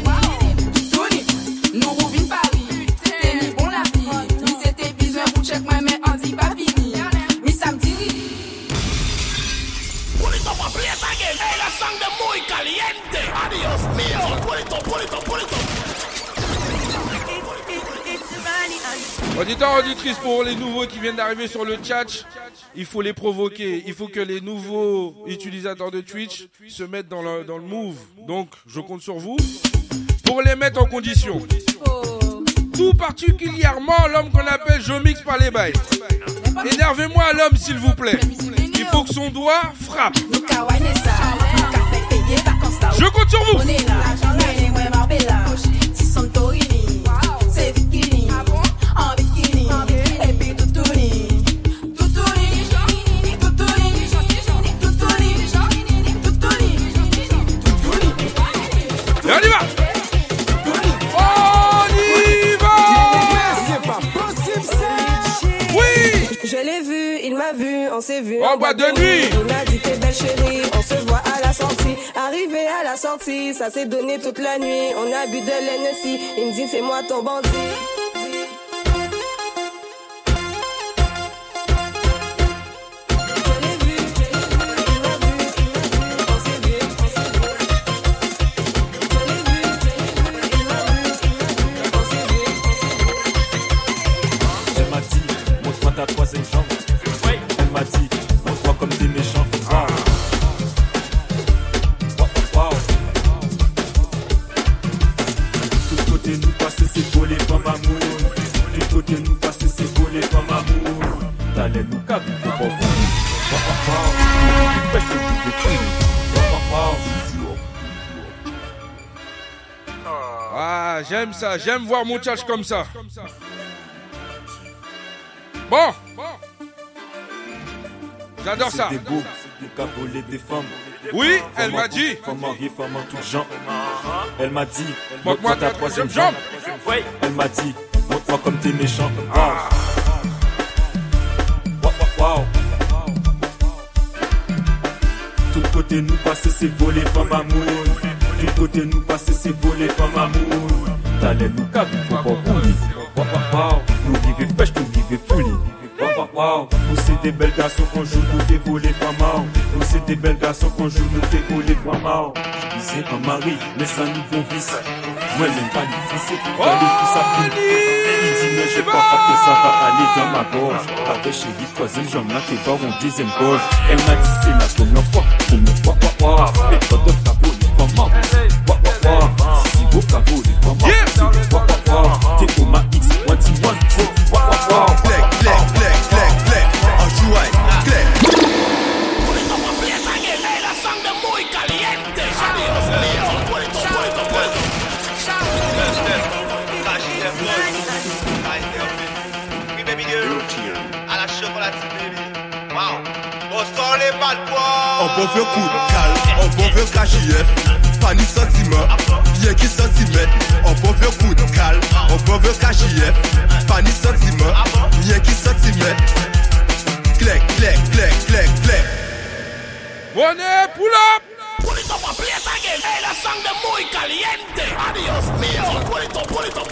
Nous rouvins Paris, t'es ni bon la vie, ni c'était besoin pour check Auditeurs, auditrices, pour les nouveaux qui viennent d'arriver sur le chat, il faut les provoquer. Il faut que les nouveaux utilisateurs de Twitch se mettent dans le move. Donc, je compte sur vous pour les mettre en condition. Tout particulièrement l'homme qu'on appelle Jomix par les bails. Énervez-moi à l'homme, s'il vous plaît. Il faut que son doigt frappe. Je compte sur vous. Et on y va. Je l'ai vu, il m'a vu, on s'est vu en boîte de nuit. Il m'a dit t'es belle chérie, on se voit à la sortie. Arrivé à la sortie, ça s'est donné toute la nuit. On a bu de l'Hennessy, il me dit c'est moi ton bandit. Ta troisième jambe. Elle m'a dit, montre-moi comme t'es méchant. Wow. Tout côté nous passer, c'est volé comme amour. Tout côté nous passer, c'est volé comme amour. T'allais nous caber, faut pas Ah, j'aime ça, j'aime voir mon tchatch comme ça. Bon, j'adore ça. C'est beau, c'est qu'à voler des femmes. Oui, elle m'a dit. Femme mariée, femme en tout genre. Elle m'a dit, montre-moi ta troisième jambe. Elle m'a dit, montre-moi comme t'es méchant. Wow. Tout côté nous passer, c'est voler femme amour. Tout côté nous passer, c'est voler femme amour. T'allais nous caber, faut pas courir. Nous vivons pêche, nous vivons folie. Wow. Nous c'est des belles garçons qu'on joue, nous fait voler pas mal. Nous c'est des belles garçons qu'on joue, nous fait voler pas mal. Je disais un mari, mais ça nous convise. Moi même pas les fils, c'est pour les fils à plus. Il dit mais je crois pas que ça va aller dans ma gorge. Avec chérie, troisième jambe là, t'es voir en deuxième gorge. Elle m'a dit c'est la première fois. Mais pas de cabot, les femmes. Si beau cabot, les femmes. T'es pour ma X, moi dis moi. Clac, en jouant, clac. À la chocolatine, baby. Wow. On sort les balles, On peut faire coup de cal, on peut faire KJF. Pas ni sentiment, y'a qui centimètre. On peut faire coup de cal, on peut faire KJF. Pas ni sentiment, y'a qui centimètre. Clac. Money, pull up. Pull it up and play it again. Hey, la song de muy caliente. Adios mío. Pull it up.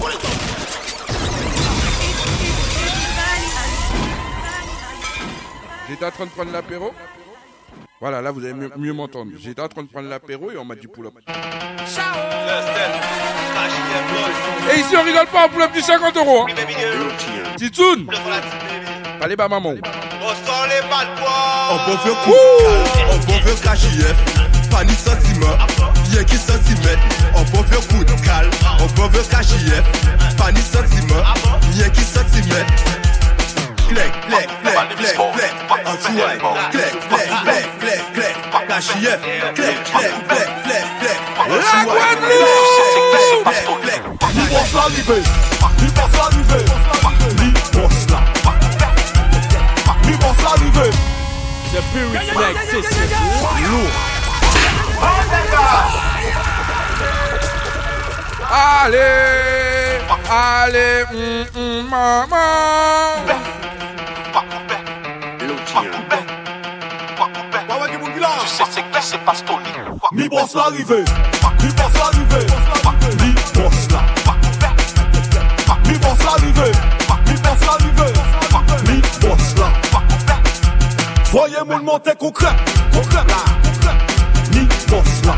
J'étais en train de prendre l'apéro. Voilà, là vous allez mieux m'entendre. J'étais en train de prendre l'apéro et on m'a dit pull up. Et ici on rigole pas, un pull up du 50 €. Titoun. Allez, bah maman. On sort les balles, on peut faire coup de cal, on peut faire KJF. Pas ni sentiment, y'a qui centimètre. On peut faire coup de cal, on peut faire KJF. Pas ni sentiment, y'a qui centimètre. Clac. En jouant, clac. KJF, clac. La Guadeloupe. Ni boss l'arrivée. The Spirit Next System. Lourd. Allez, maman. Tu sais c'est qui c'est Pastoli. Mi boss l'arrivée. Mi boss là. Mi boss l'arrivée. Voyez mon monter concret là. Mi boss là.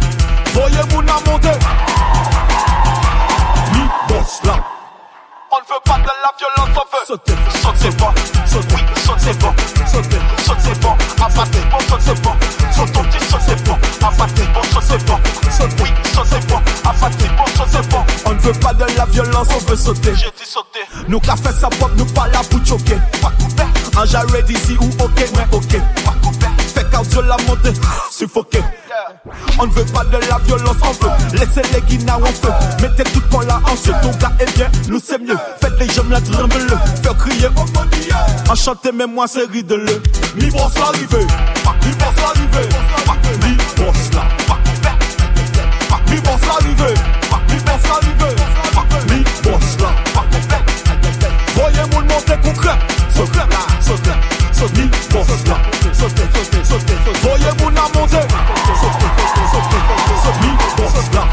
Voyez mon a monter. Mi boss là. On veut veut pas de la violence, on veut sauter, sauter bon, sauter, sauter bon, sauter, sauter bon, abattre bon, sauter bon, sauter, sauter bon, abattre bon, sauter bon, sauter, sauter bon, abattre bon, sauter bon. On ne veut pas de la violence, on veut sauter. J'ai dit sauter. Nous qu'a fait ça pop, nous pas là pour choquer. Pas couper. Un jarret d'ici ou ok, mais ok. Pas couper. Fait cardio la montée, suffoqué. On ne veut pas de la violence, on veut laisser les guinas en feu. Mettez tout pour la hanche, ton gars est bien, nous c'est mieux. Faites les jambes la tremble-le, faire crier enchanté, mais moi c'est ride-le. Mi boss l'arrivée, mi boss l'arrivée, mi boss là. Mi boss l'arrivée, mi boss l'arrivée, mi boss là. Voyez-moi le monter concret, secret, secret, secret, mi boss là. Sautez, sautez, sautez, sautez. Voyez-moi la monter, sautez, sautez, sautez, mi boss là.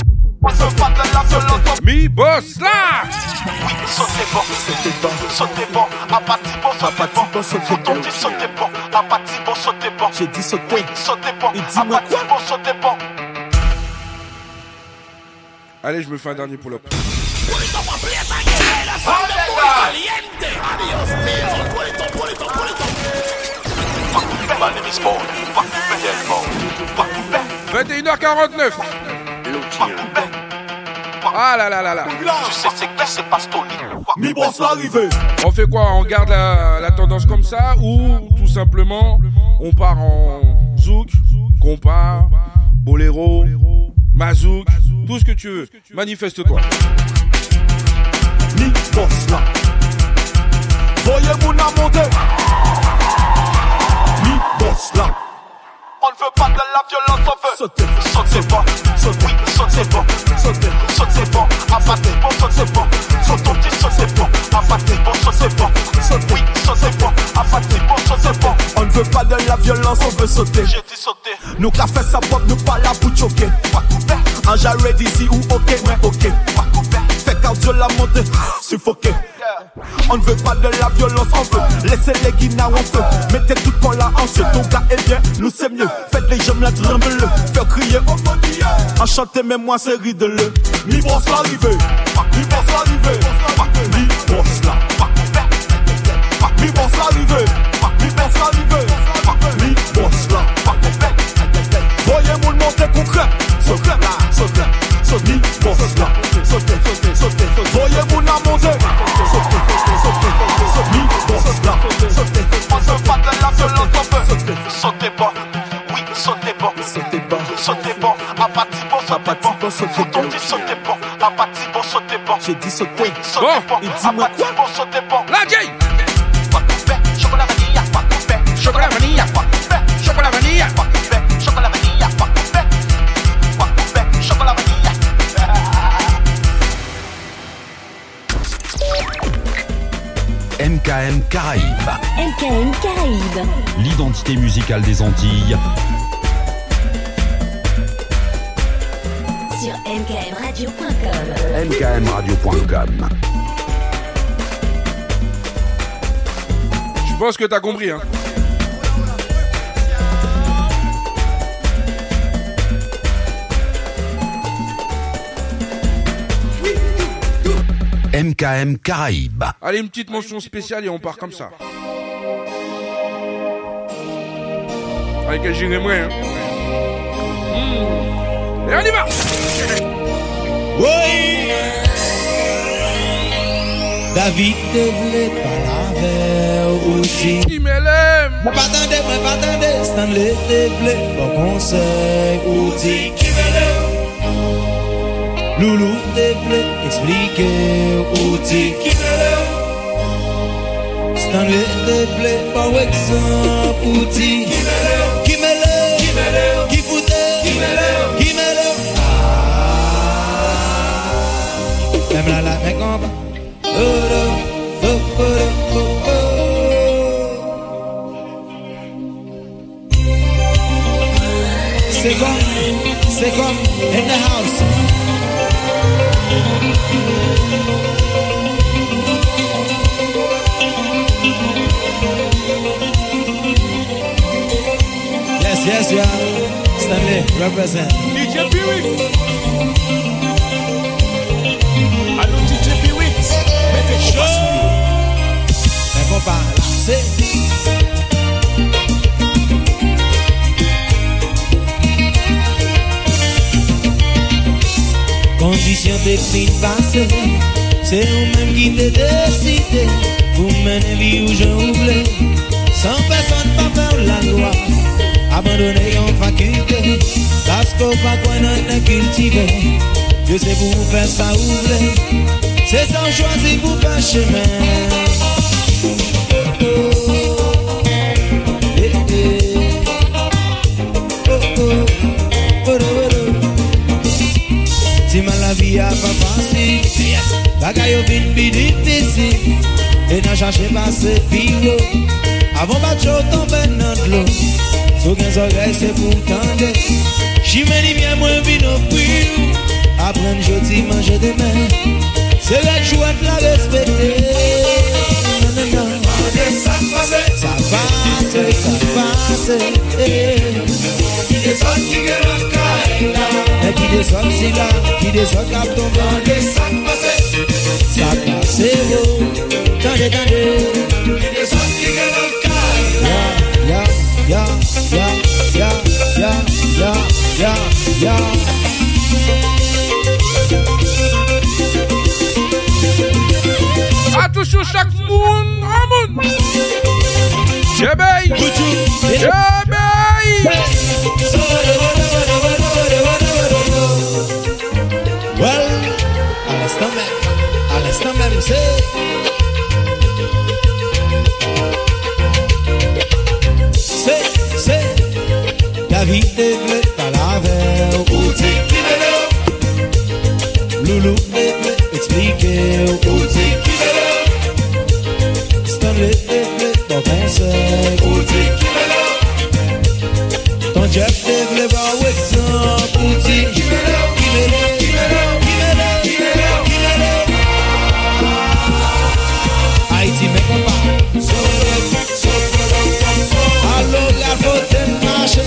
Mi boss là. Oui, sautez bon, sautez bon, sautez bon, abattis bon, sautez bon, sautez bon, sautez bon, abattis bon, sautez bon. J'ai dit sauter, oui, sautez bon, abattis bon, sautez bon. Allez, je me fais un dernier pull-up. « 21h49 » Ah là là là là. Tu sais c'est que c'est pas Stoli. Mi boss l'arrivée. On fait quoi? On garde la tendance comme ça ou tout simplement on part en zouk, compas, boléro, mazouk, tout ce que tu veux. Manifeste-toi. Mi boss là. Voyez-vous la monter. Mi boss là. On ne veut pas de la violence, on veut sauter, sauter bon, sauter, oui, sauter bon, sauter, sauter bon, abattre bon, sauter bon, sauter, sauter bon, abattre bon, sauter bon, sauter, oui, sauter bon, abattre bon, sauter bon. On ne veut pas de la violence, on veut sauter. J'ai dit sauter. Nous qu'a fait ça pop, nous pas là pour choquer. Pas couper. Un jarret d'ici ou ok, mais ok. Pas couper. Fait cardio la montée, suffoqué. On ne veut pas de la violence, on veut laisser les guinas en feu. Mettez tout pour la hanche, ton gars est bien, nous c'est mieux. Faites les jambes la tremble-le, faire crier enchanté, mais moi c'est ride-le. Mi boss l'arrivée, mi boss l'arrivée, mi boss là. Mi boss l'arrivée, mi boss l'arrivée, mi boss là. Voyez-moi le monter concret, secret, secret, secret, mi boss là. Sautez, sautez, sautez, sautez. Voyez-moi la monter. Sautez, sautez, sautez, mi boss là. Sautez, on se bat de la violence, on veut sauter bon, oui, sauter bon, sauter bon, sauter bon, abattis bon, sauter bon, sauter bon, abattis bon, sauter bon. J'ai dit sauter, oui, sauter bon, abattis bon, sauter bon. La J. Chocolat vanilla, chocolat vanilla, chocolat vanilla, chocolat vanilla, chocolat vanilla. MKM Caraïbes. MKM Caraïbes. L'identité musicale des Antilles. Sur mkmradio.com. mkmradio.com. Je pense que t'as compris, hein. MKM Caraïbes. Allez, une petite mention spéciale et on part comme ça. Avec quel j'irai moins, hein. Et on y va. Oui. David te voulait pas laver aussi. Qui me l'aime. Moi pas attendez, Stanley te voulait pas conseil ou dit qui me l'aime. Loulou te voulait expliquer ou dit qui me l'aime. Stanley te voulait pas exemple ou dit qui me l'aime. Qui me l'aime, qui me l'aime, qui foutait, qui me l'aime, qui me l'aime. Même là, mais comment? C'est comme in the house. Yes, yeah. Stanley, represent. DJ Piwix. Allô, DJ Piwix. Mettez te fin passé. C'est vous-même qui t'es décidé. Vous menez vie où je voulais. Sans personne pas faire la loi. Abandonner en faculté. Parce qu'on pas quoi n'en est cultivé. Je sais vous faire ça ouvrir. C'est sans choisir vous pas chemin. Si mal la vie a pas facile, bagay yo vin bi difficile. Et n'a cherché pas ce pire. Avant battre tomber dans l'eau. So gen oreilles c'est pour tendre. Chimène bien moins vino puis. Apprendre jeudi manger demain. C'est la joie de la respecter. Non, non, non. Ça passe. Ça passe. Qui descend, qui gagne la caille. Et qui descend, si là. Qui descend, cap tomber. Ça passe. Ça passe. Tendez, tendez. Qui descend, qui gagne la caille. Ya. Attention chaque monde, Jebey. Well, à l'instant même, c'est David Devlet à la verre. Loulou Devlet expliquer au côté. Stanley Devlet dans conseil. Ton Jeff Devlet va au exemple. Haïti mais combat. Alors la faute est marche.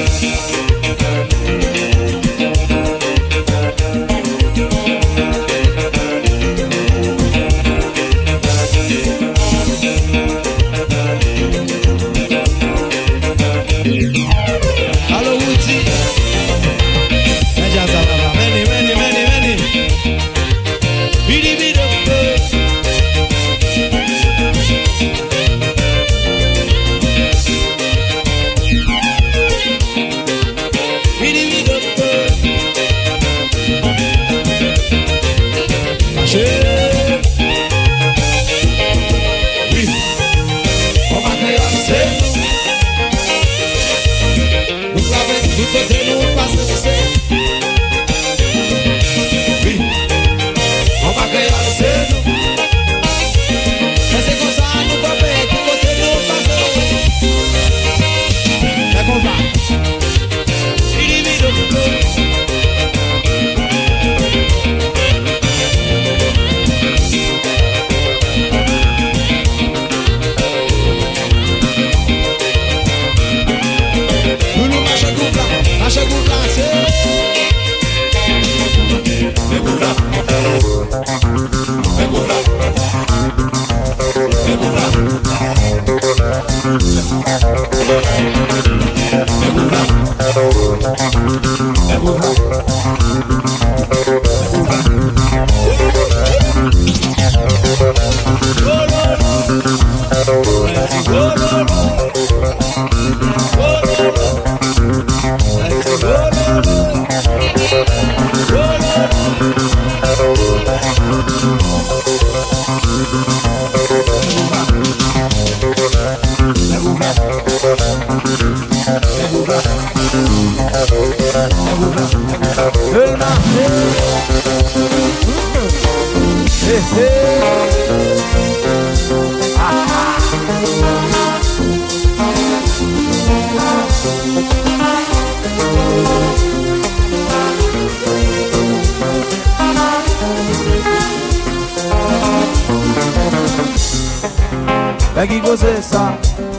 Bagi cos'è sa?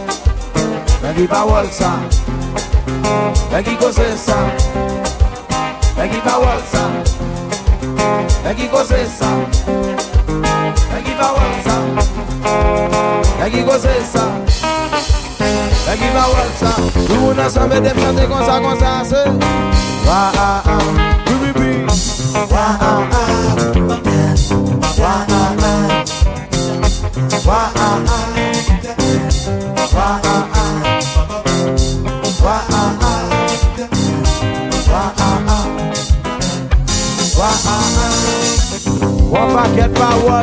Bagi power sa? Bagi cos'è sa? Bagi power sa? Bagi cos'è sa? Bagi power sa? Bagi cos'è sa? Bagi power sa? Tout le monde ensemble de chanter comme ça, c'est. Wa ah ah, oui oui oui. Wa ah ah. One paquet power.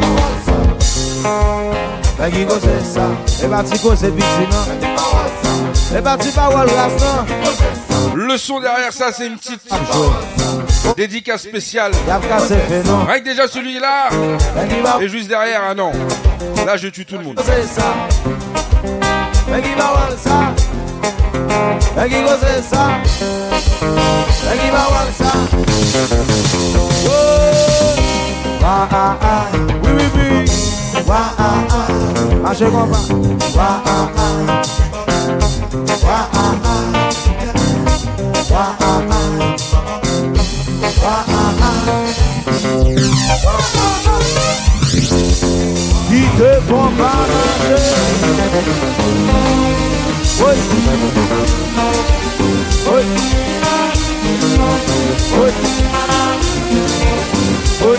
Ben qui cause ça? Et parti cause victime. Et parti power là. Le son derrière ça, c'est une petite dédicace spéciale. Avec déjà celui-là. Et juste derrière, ah non. Là, je tue tout le monde. C'est ça. Ben qui power ça? Ben qui cause ça? Ben qui power ça? Wa ah ah, oui oui oui. Wa ah ah, marchez comme ça. Wa ah ah, wa ah ah, wa ah ah, wa ah ah. Qui te font pas marcher? Oui, oui, oui, oui.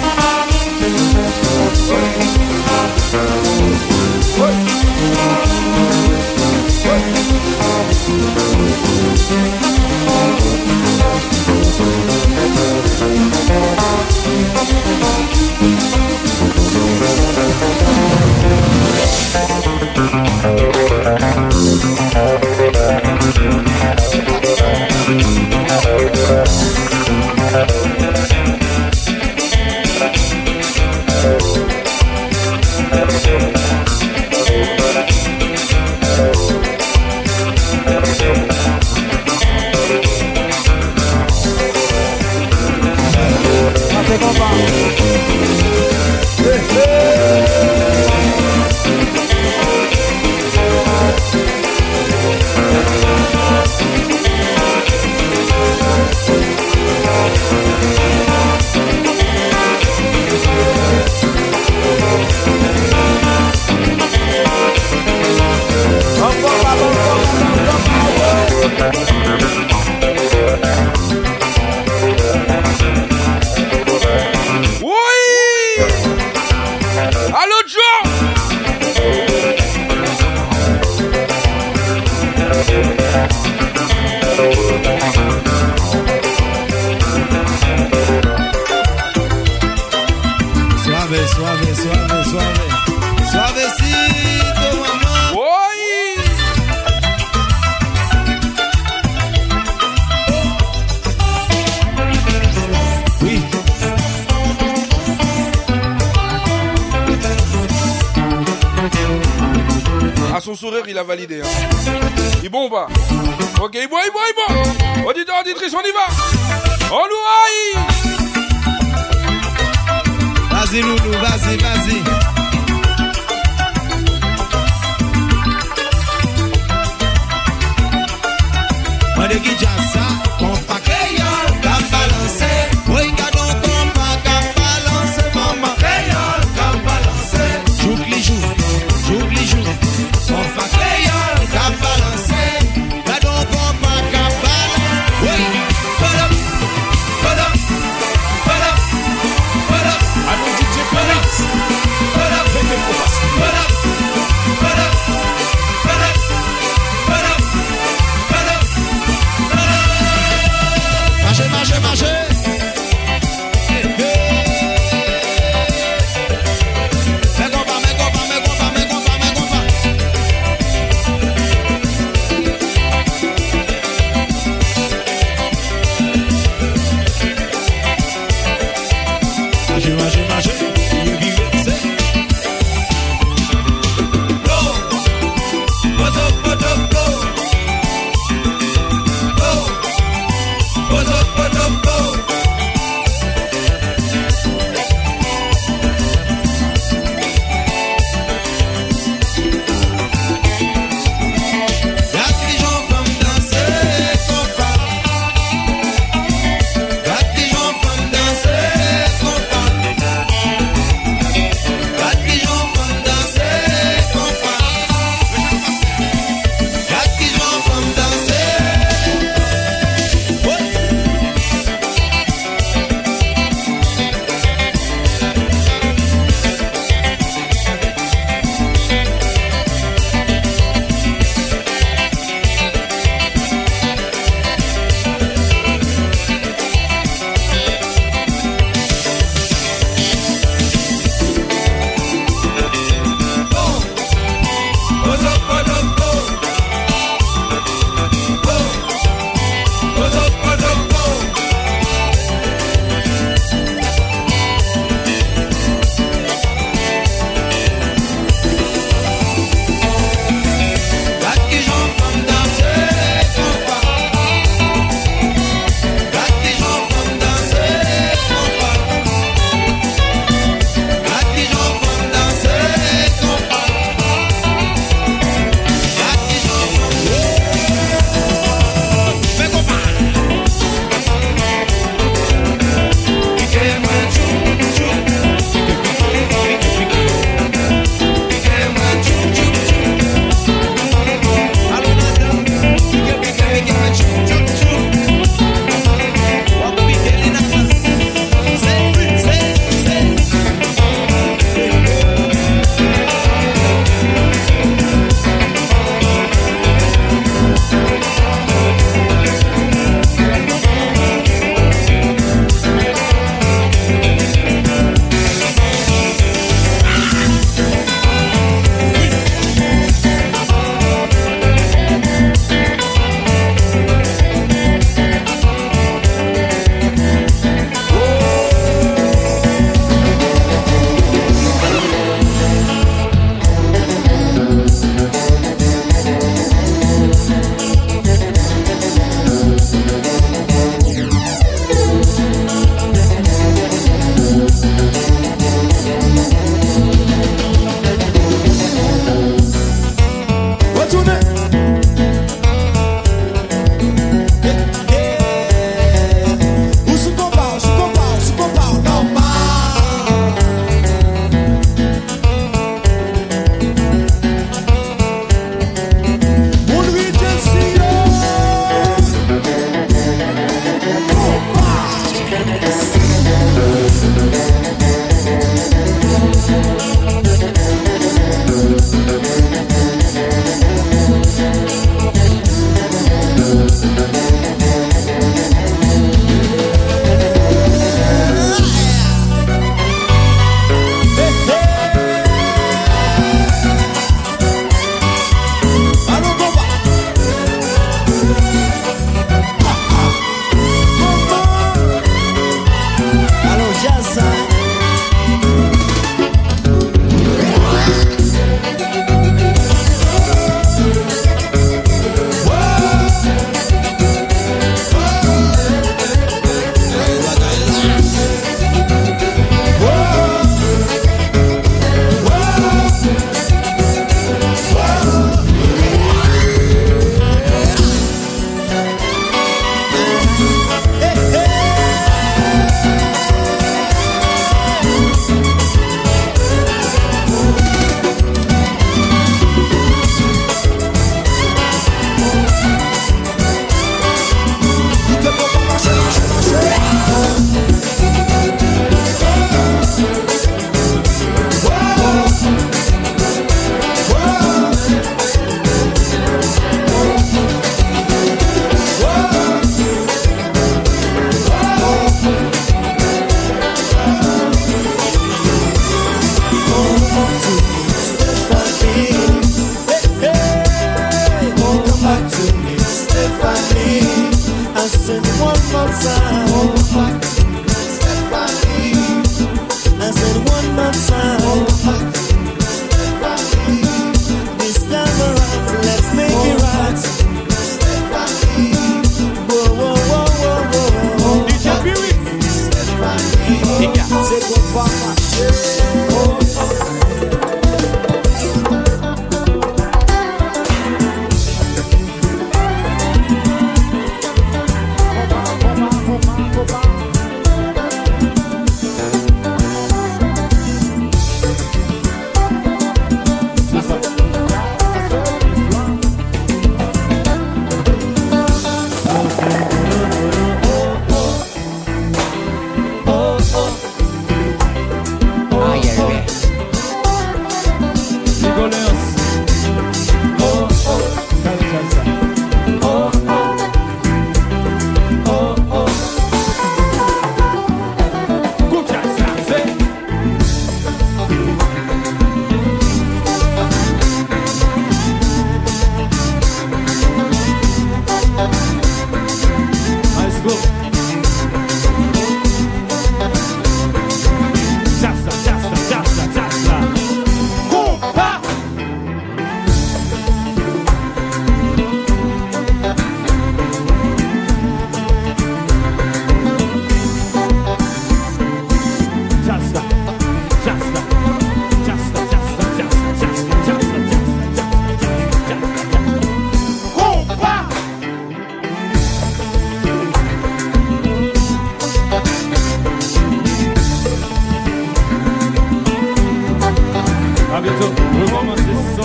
Il a validé. Hein. Il est bon ou pas? Ok, il boit. Auditeur, auditrice, on y va. On nous aille. Vas-y, loulou, vas-y. On est qui ça? On pas créole, qu'à balancer. Oui, gardons ton pas qu'à balancer. Maman, créole, qu'à balancer. Joue les jours. On pas créole, qu'à balancer. Gardons ton pas qu'à balancer. Oui, voilà. À nous DJ Felix.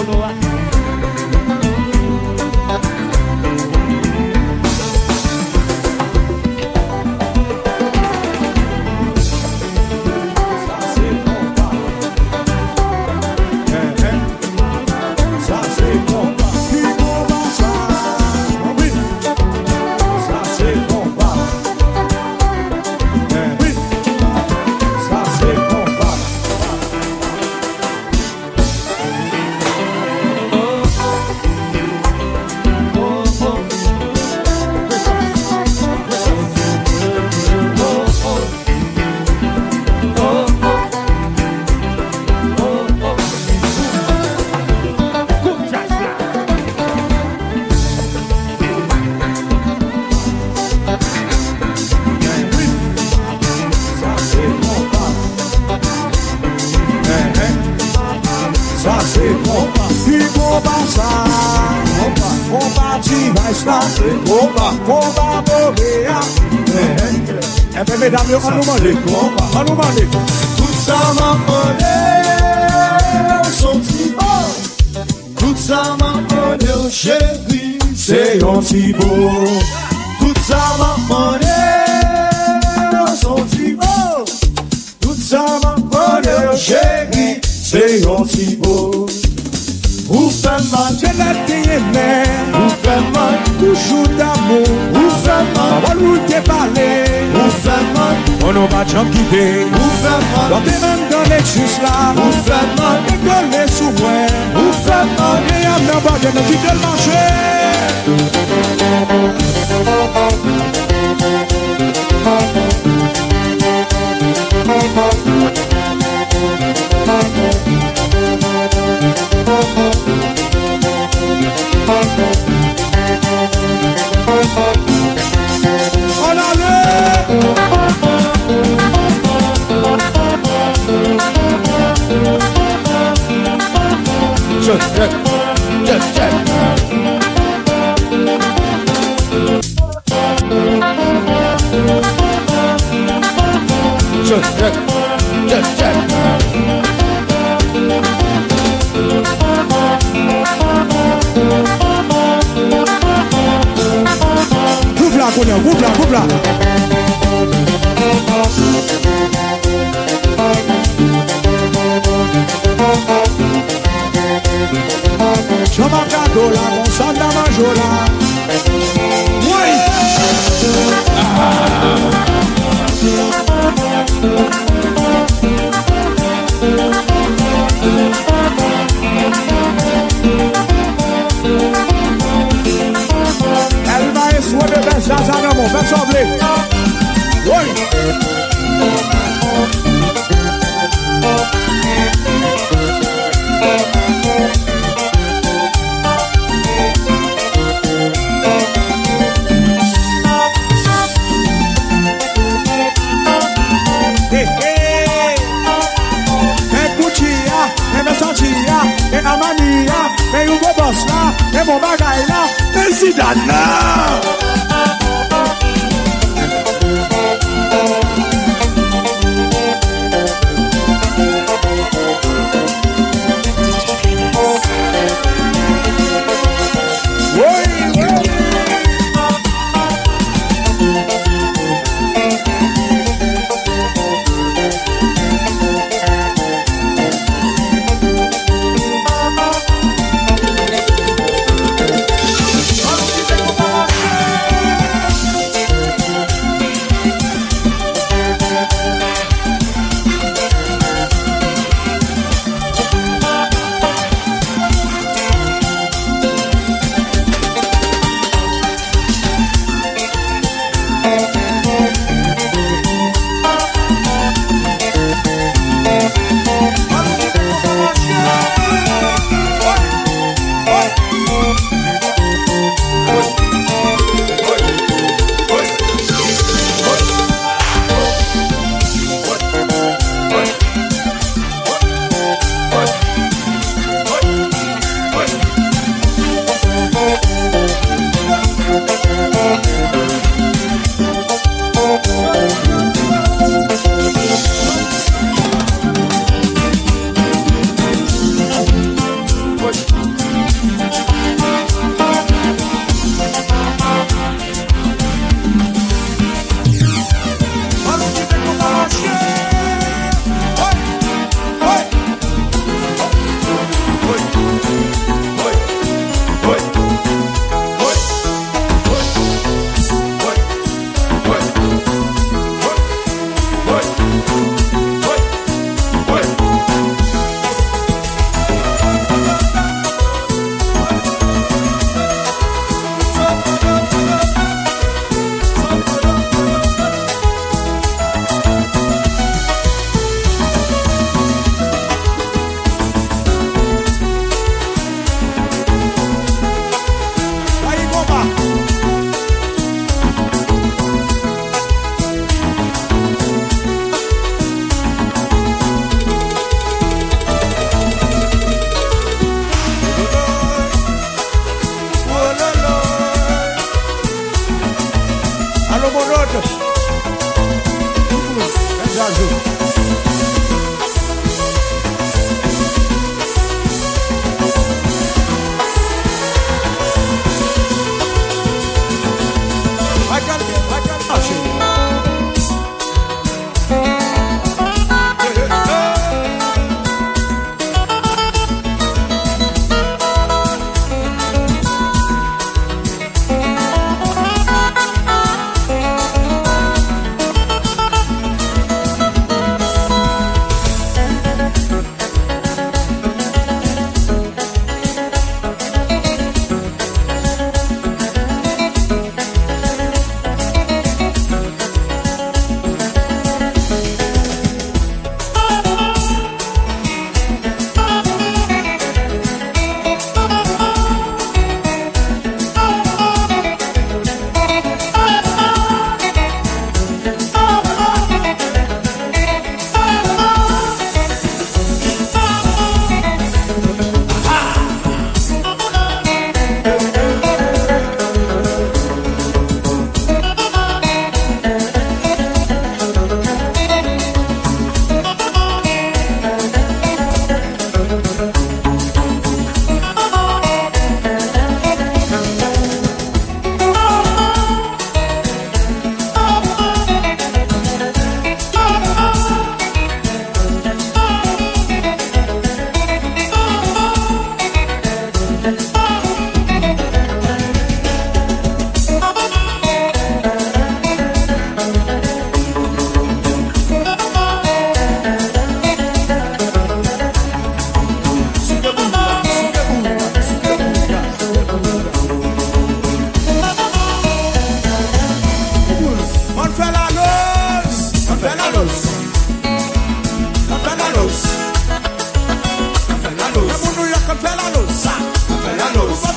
solo. Mesdames, on nous demande. Tout ça m'a volé, son petit beau. Tout ça m'a volé, chérie, c'est un petit beau. Tout ça m'a volé, son petit beau. Tout ça m'a volé, chérie, c'est un petit beau. Vous faites mal, je l'ai aimé. Vous faites mal, toujours d'amour. Vous faites mal, on nous déballer. Vous faites mal, on n'a pas de gens quitter. Vous faites mal, quand t'es même dans l'exus là. Vous faites mal, décoller sous moi. Vous faites mal, et y'a même pas de gens qui te le manger. On Coupe là. Je m'accado là, mon sang dans ma jola. Oui. El maestro de besas a mon personne. Oui. E amania, e Hugo Boss là, e mon bagay là, e Zidane là.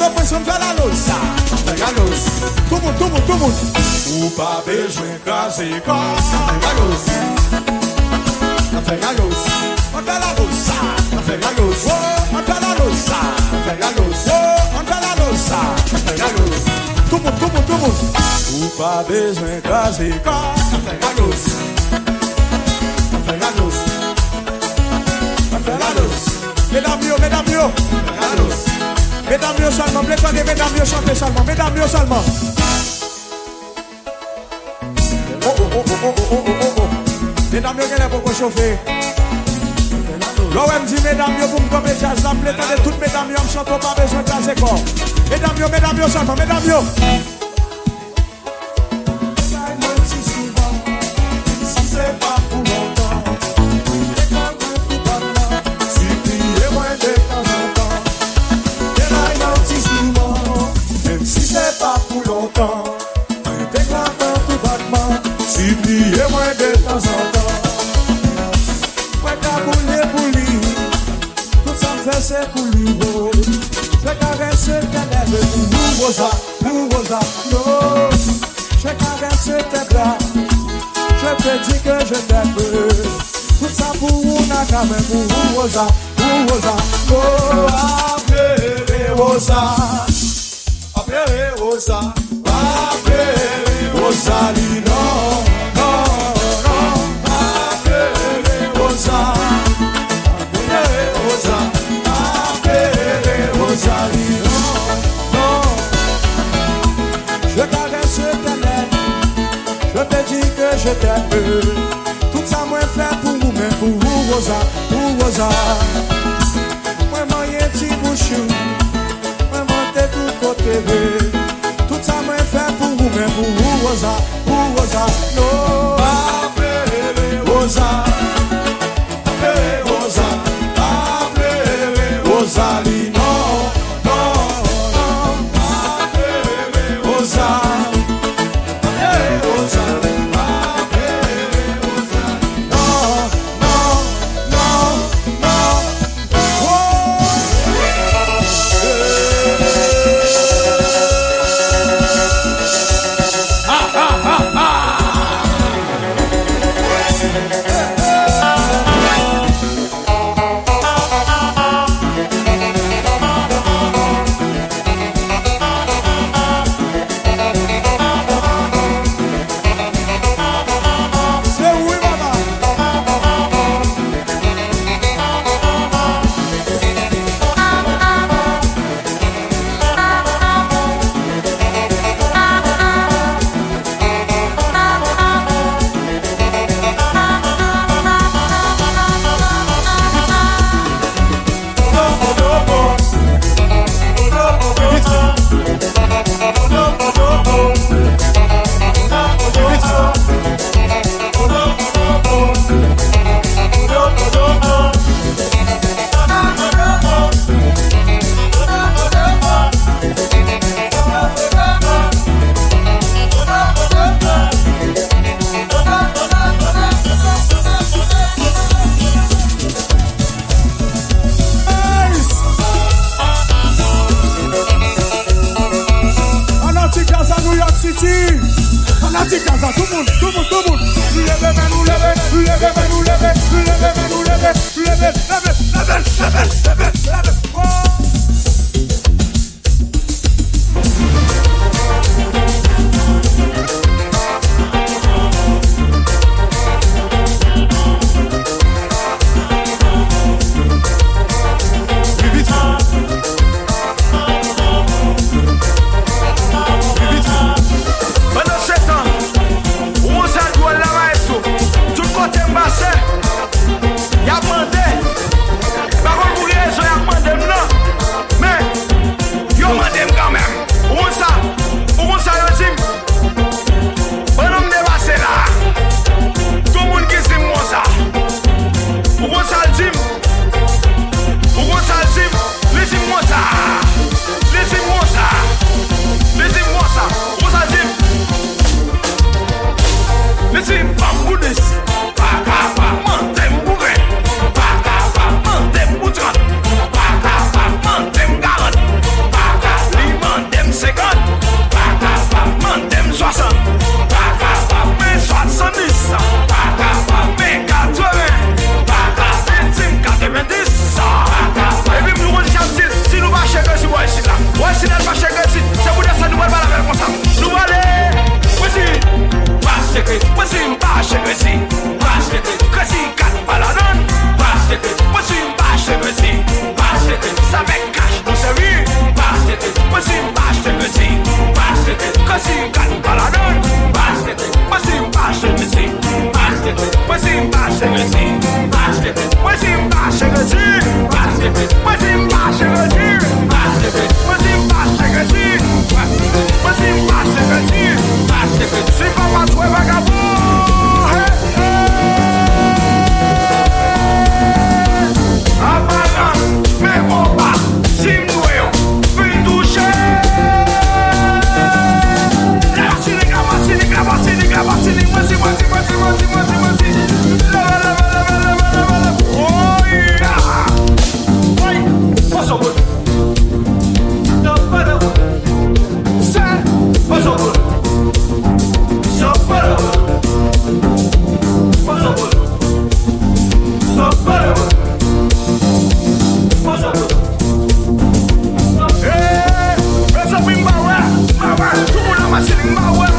compris, on fait la lose. Fait la lose. Tout le monde. Ou pas besoin craser corps. Fait la lose. On fait la lose. On fait la lose. On fait la lose. On fait la lose. On fait la lose. On fait la lose. On fait la lose. Tout le monde. Ou pas besoin craser corps. On fait la lose. On fait la lose. On fait la lose. Mesdames, seulement, mesdames, chantez seulement, mesdames, seulement. Oh. Mesdames, vous pour chauffer. L'OM dit mesdames, vous me comprenez, jazz, la plaie, de toutes mesdames, vous me chantez, pas besoin de casser corps. Mesdames, seulement, mesdames. Si c'est pas pour longtemps, suppliez moi de temps en temps. Même si c'est pas pour longtemps, déclare tout battement, suppliez-moi de temps en temps. Moi qu'à bouler pour lui, tout ça me fait c'est pour lui. Je caresse tes lèvres pour Rosa, non. Je caresse tes bras, je te dis que je t'aime. Tout ça pour una quand même pour Rosa, non. Appelez Rosa, Rosalie, non. Appelez Rosa, Rosalie, non. Je caresse tes lèvres, je te dis que je t'aime. Tout ça moi fait pour vous, mais pour vous, Rosa. Moi m'en petit bouchou, moi monter tout côté. Tout ça moi fait pour vous, mais pour vous, Rosa. Non. appelez Rosa, Rosalie, non. Appelez Rosa, Y'a mandé, par contre, pour les gens, y'a mandé. calme pas la donne. Passe les têtes, moi c'est une bâche de métier. Passe les têtes, moi c'est une bâche de métier. Passe les têtes, moi c'est une bâche de métier. Passe les têtes, moi c'est une bâche de métier. Passe les têtes, moi c'est une bâche de métier. Moi c'est une bâche de métier. Passe les têtes, c'est pas ma trouée vagabond. A balance, mais on bat, si m'noué, puis toucher. La Martinique, voici. Oh yeah. Oui, what's up with? No better. Say, what's up with? So better. What's up with? So better. What's up with? Hey, what's up with my way? Tout le monde a Martinique, my way.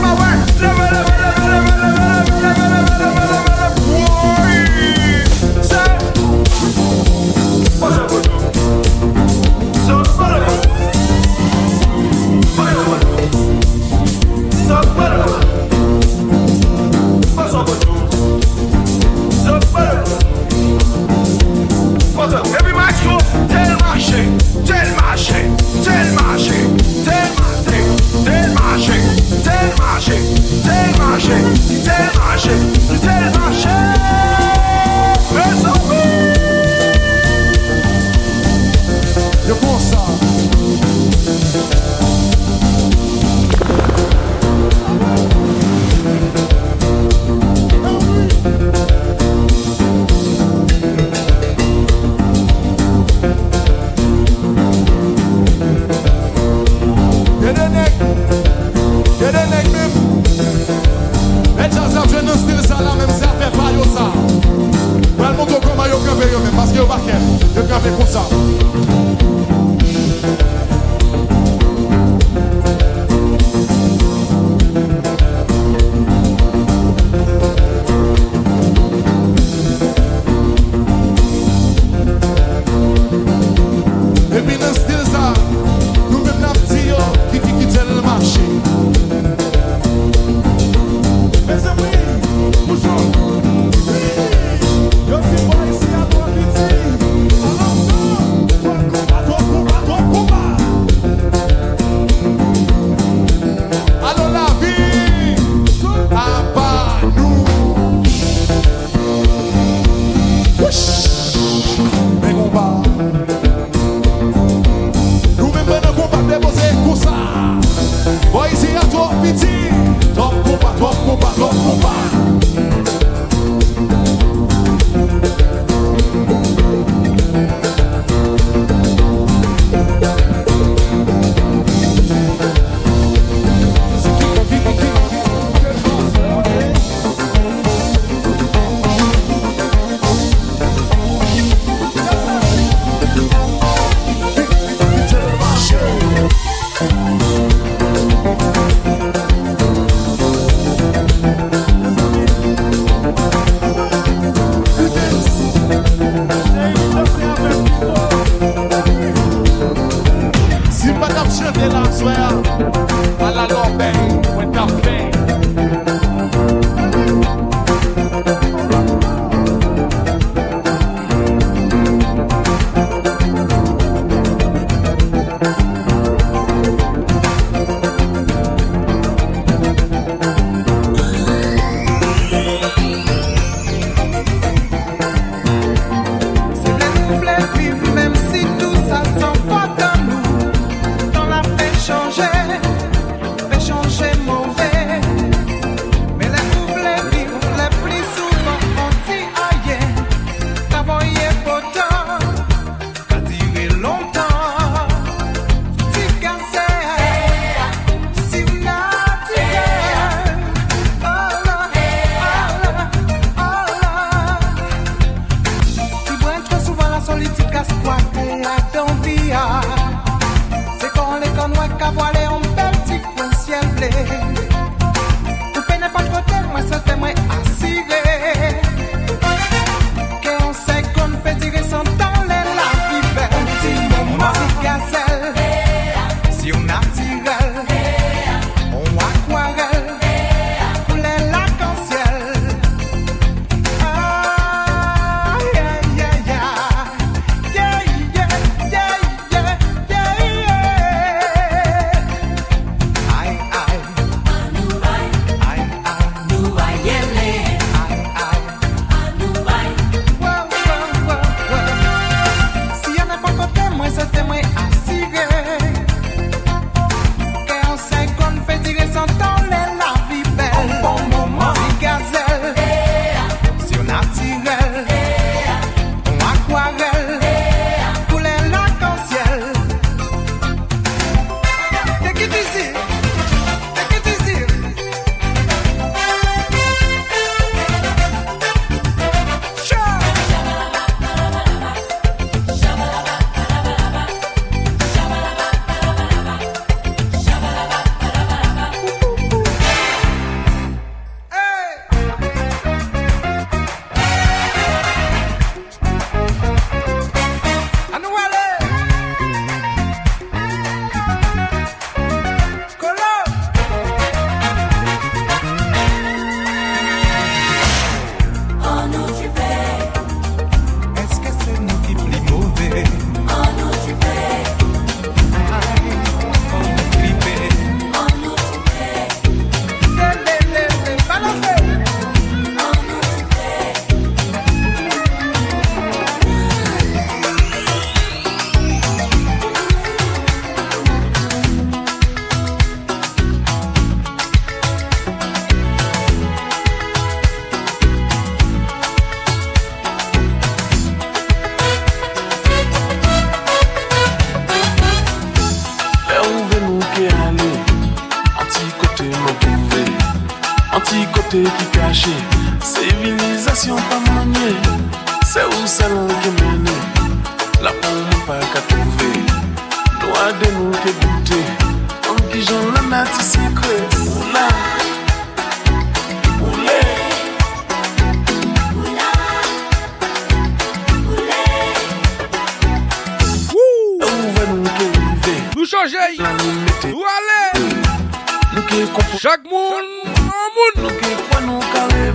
Changer mauvais. côté qui caché, civilisation pas maniée, c'est où celle qui mène, la pomme pas qu'à trouver, doit de nous que goûter, en qui j'en la nati secret, oula, oulé. Nous changer, nous aller. Chaque monde, un monde. Nous qui quoi nous carré.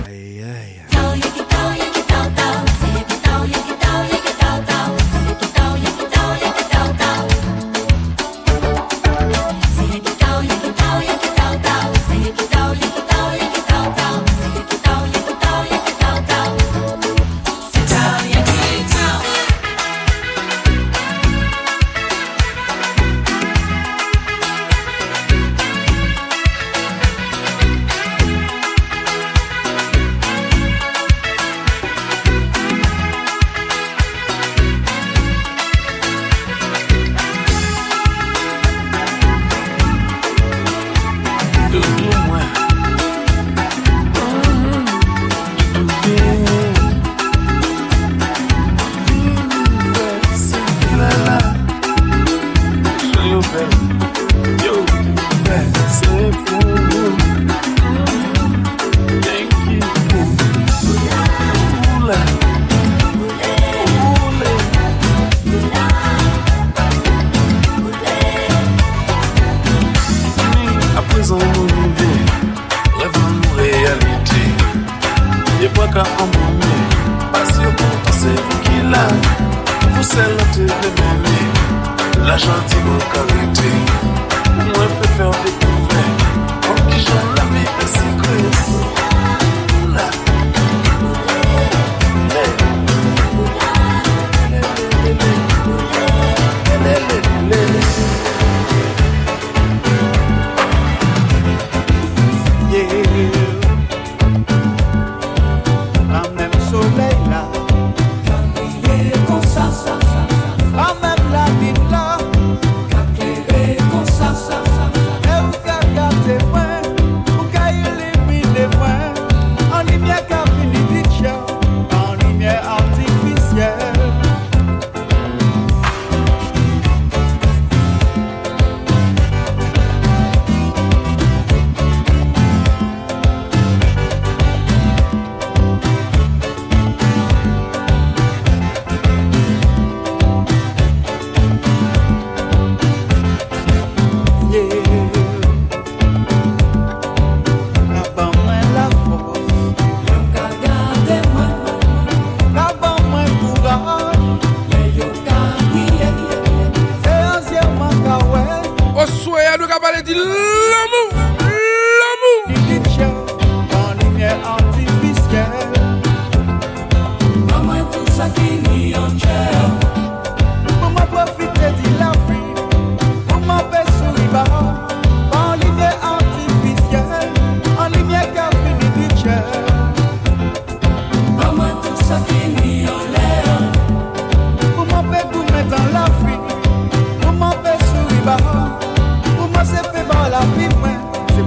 Pour moi, c'est fait par la vie,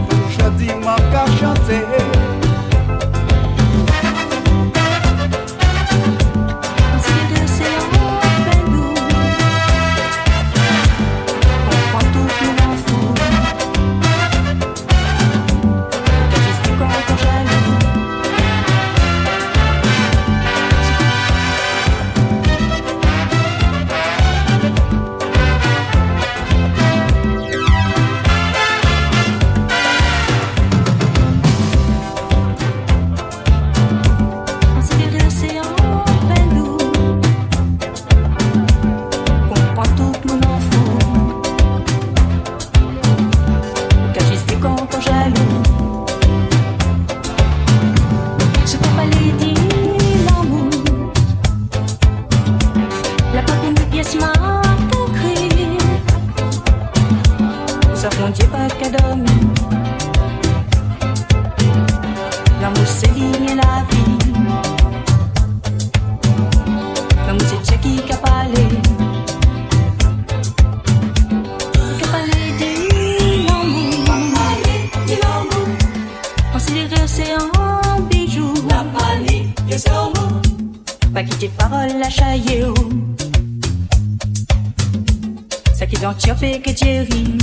Jope que Jerry.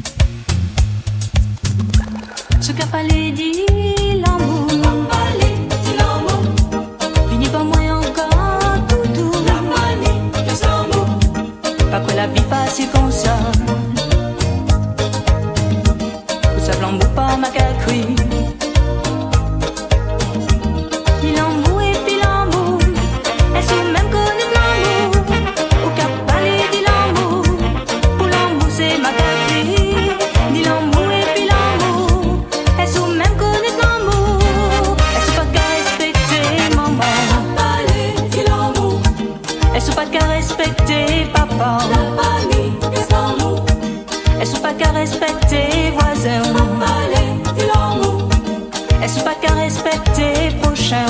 Ce qu'a parlé dit l'amour. Fini pas moi encore tout. Pas que la vie passe comme ça. Ou ça blanc ou pas ma cacri. Puis l'amour et puis l'amour. Est-ce même connaître l'amour? Ou qu'a parlé dit l'amour. Pour l'amour c'est ma cacri. Ni l'amour et puis l'amour. Est-ce même connaître l'amour? Est-ce pas qu'à respecter maman? Parler dit l'amour. Est-ce pas qu'à respecter papa? Est-ce pas qu'à respecter voisin? Est-ce pas qu'à respecter prochain?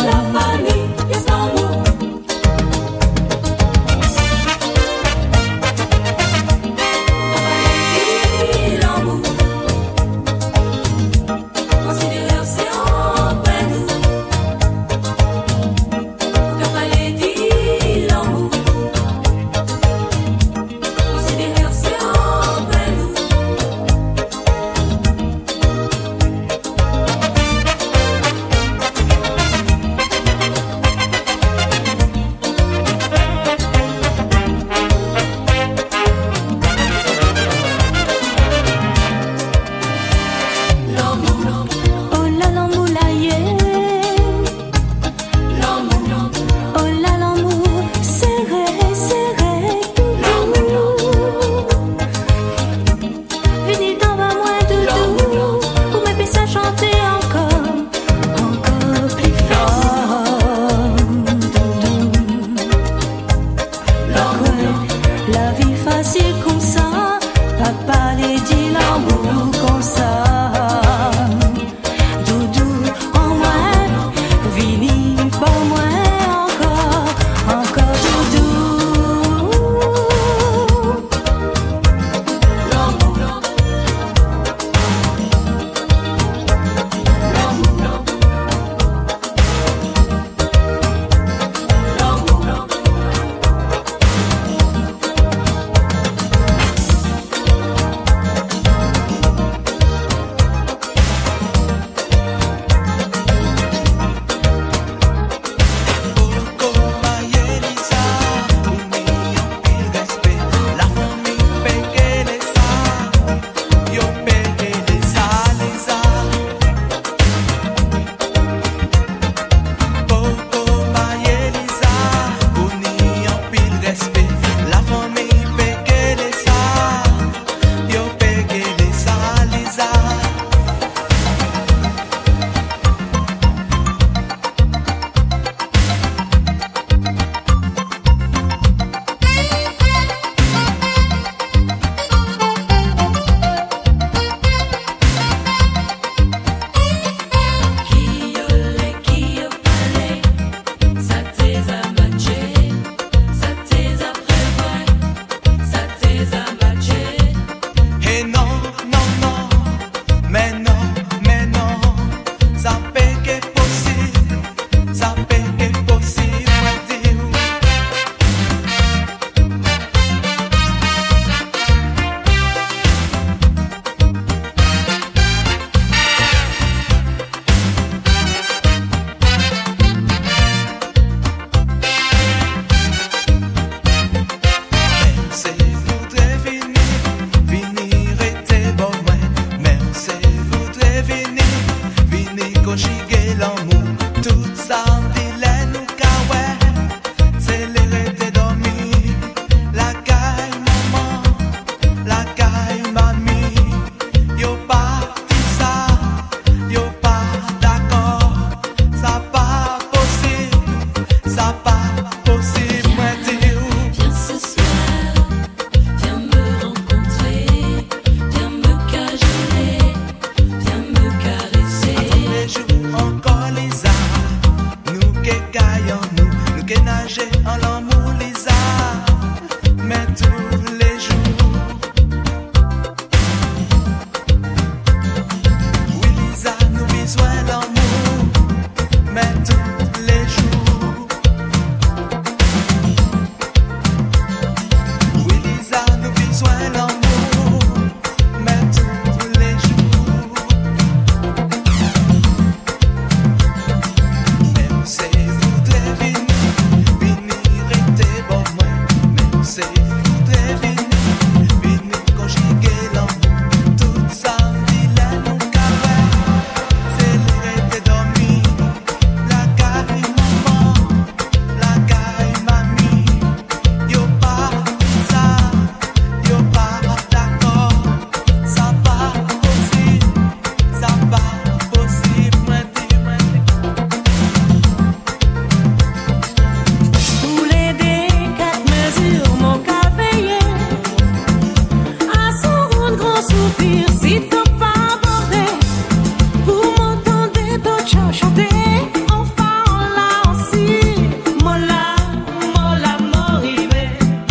mon soupir si t'en pas bordé. Pour m'entendre d'autres chanter. Enfin, là aussi, mola, morivé.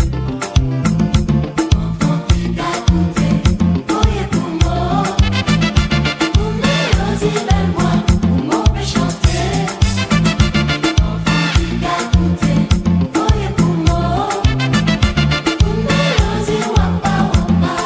Enfant, t'as goûté, voyez pour moi. Pour mélodie, belle voix, pour m'en fait chanter. Enfant, t'as goûté, voyez pour moi. Pour mélodie, wapa, wapa.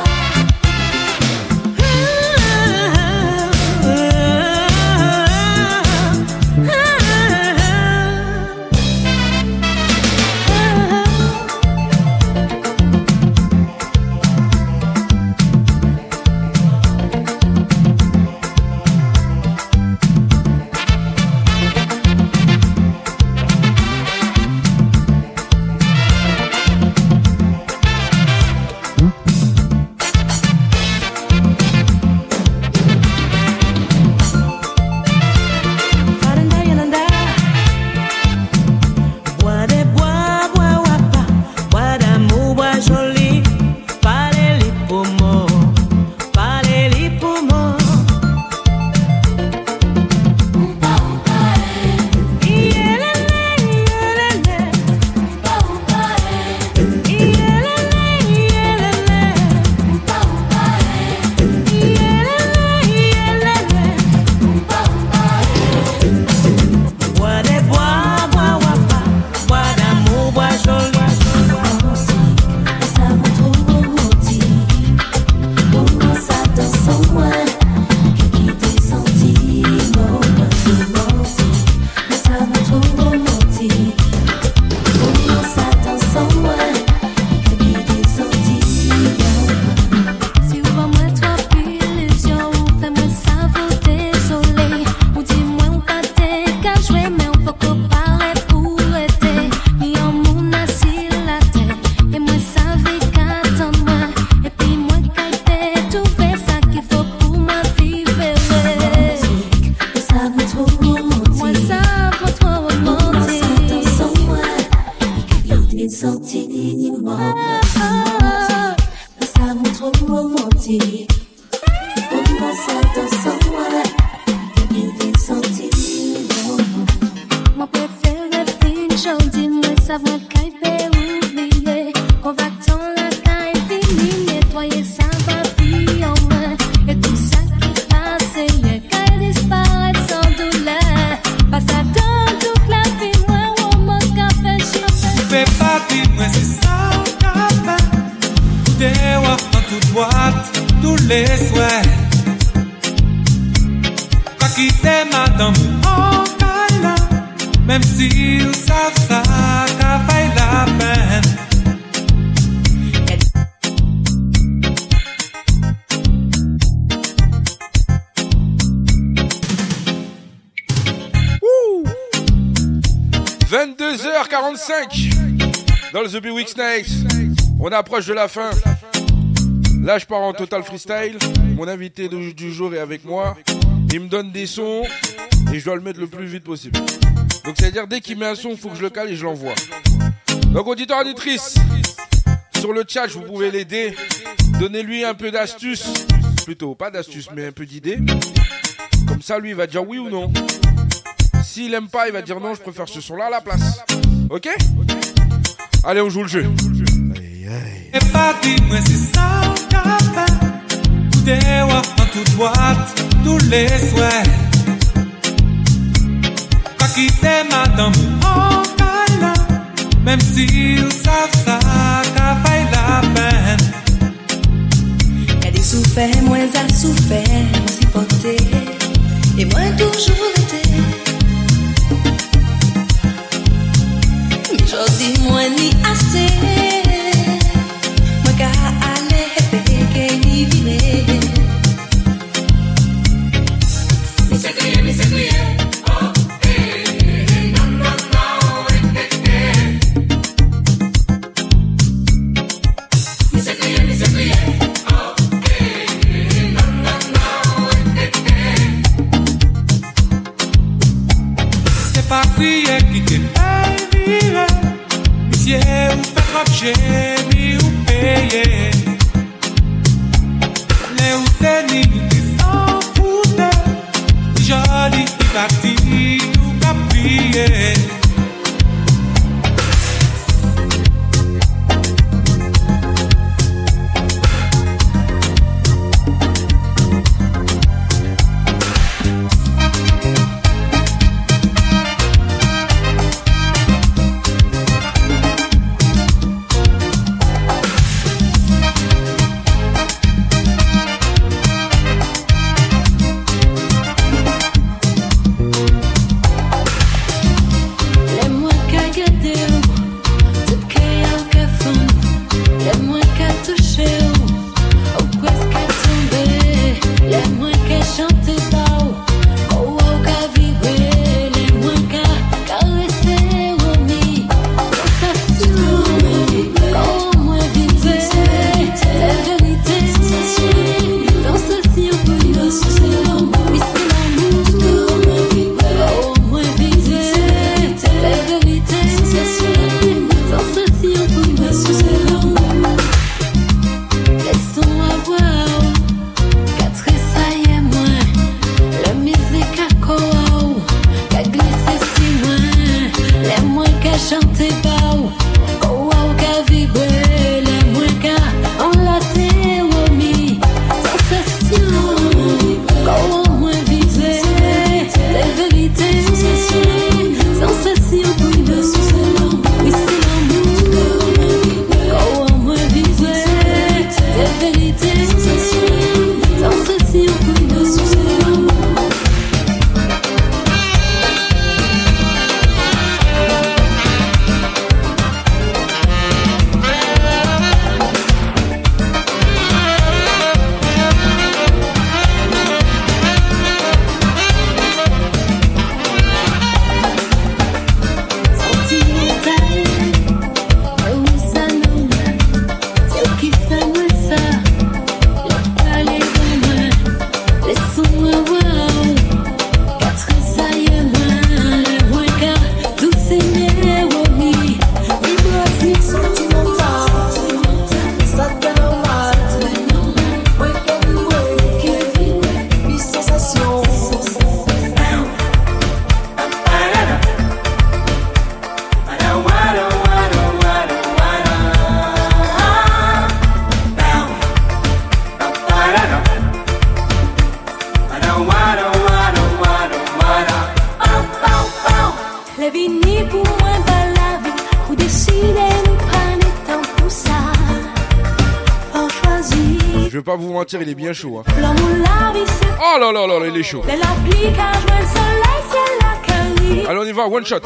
Bois des bois, bois wapa, bois d'amour, bois joli, parlez les poumons, parlez les poumons. Bois des bois, bois wapa, bois d'amour, bois joli. Ça me trouve maudit. Comment ça danse en moi? Qui t'es senti? Mais ça me trouve maudit. Comment ça danse en moi? Qui t'es senti? Si vous moi trop illusion, fais-moi ça vous désolé. Ou dis-moi ou pas t'es jouer, mais on peut pas parler pour aider. Ni en mon assis la tête, et moi ça fait qu'attendre. Et puis moi qu'elle t'ait trouvé ça qu'il faut pour ma vivre. Ça me trouve romantique. Moi ça me trouve romantique. Ça danse en moi, qui t'es senti. Ça me trouve romantique. Moi ça danse en moi, qui t'es senti. Moi préfère fin janvier, moi ça va qu'elle oublier. Qu'on va dans la caille fini, nettoyer ça va vie en main. Et tout ça qui passe, les cailles disparaissent sans douleur. Passe à dans toute la vie, moi on manque à faire chanter. Fais pas dire moi c'est ça qu'a fait. T'es off dans toute boîte, tous les soirs. Pas quitter madame en caille, même si vous savez ça qu'a fait la peine. Ouh. 22h45 dans le The Big Week Snakes. On approche de la fin. Là, je pars en total freestyle. Mon invité du jour est avec moi. Il me donne des sons et je dois le mettre le plus vite possible. Donc, c'est-à-dire, dès qu'il met un son, il faut que je le cale et je l'envoie. Donc, auditeur, auditrice, sur le chat, vous pouvez l'aider. Donnez-lui un peu d'astuces. Plutôt, pas d'astuces, mais un peu d'idées. Comme ça, lui, il va dire oui ou non. S'il aime pas, il va dire non, je préfère ce son-là à la place. Ok? Allez, on joue le jeu. Et pas dit moi c'est ça qu'a fait. Tout est off dans toute boîte, tous les soirs. Pas quitter madame en caille, même si vous savez ça qu'a fait la peine. Y'a des souffert, moins à souffert, on s'y porté, et moins toujours été. Mais j'en dis moins ni assez. Moi qu'à aller, péquer, ni vivre. Mais c'est crié, oh, eh, non, non, non, eh, eh, eh. Mais c'est crié, oh, eh, non, non, non, eh, eh, eh. C'est pas crier qui te fait vivre. Monsieur, ou fait trop chez lui ou payer. ou teni ou te san foute. Joli ki parti ou ka priye. Il est bien chaud. Hein. Oh là là là, il est chaud. Allez, on y va, one shot.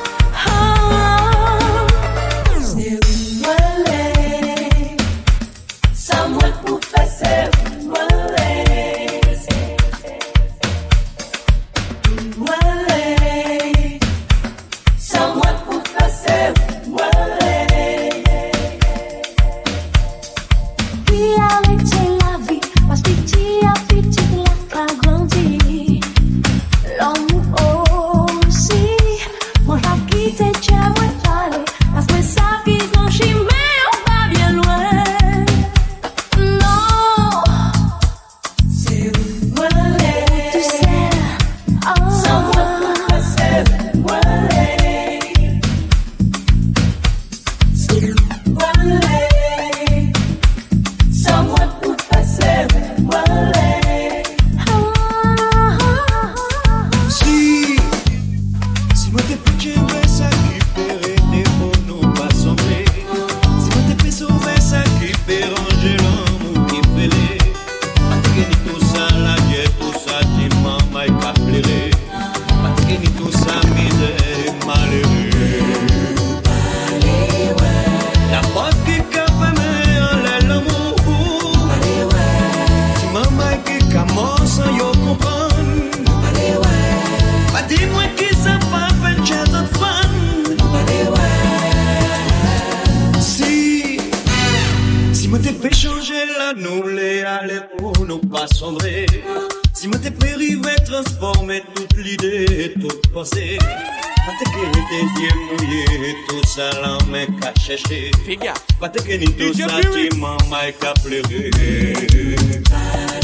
Si moi t'es périvé, transformer toute l'idée, toute pensée. Pas te que tes yeux mouillés, tout ça l'en mec à chercher. Pas te que ni tout ça, tu m'en m'a qu'à pleurer.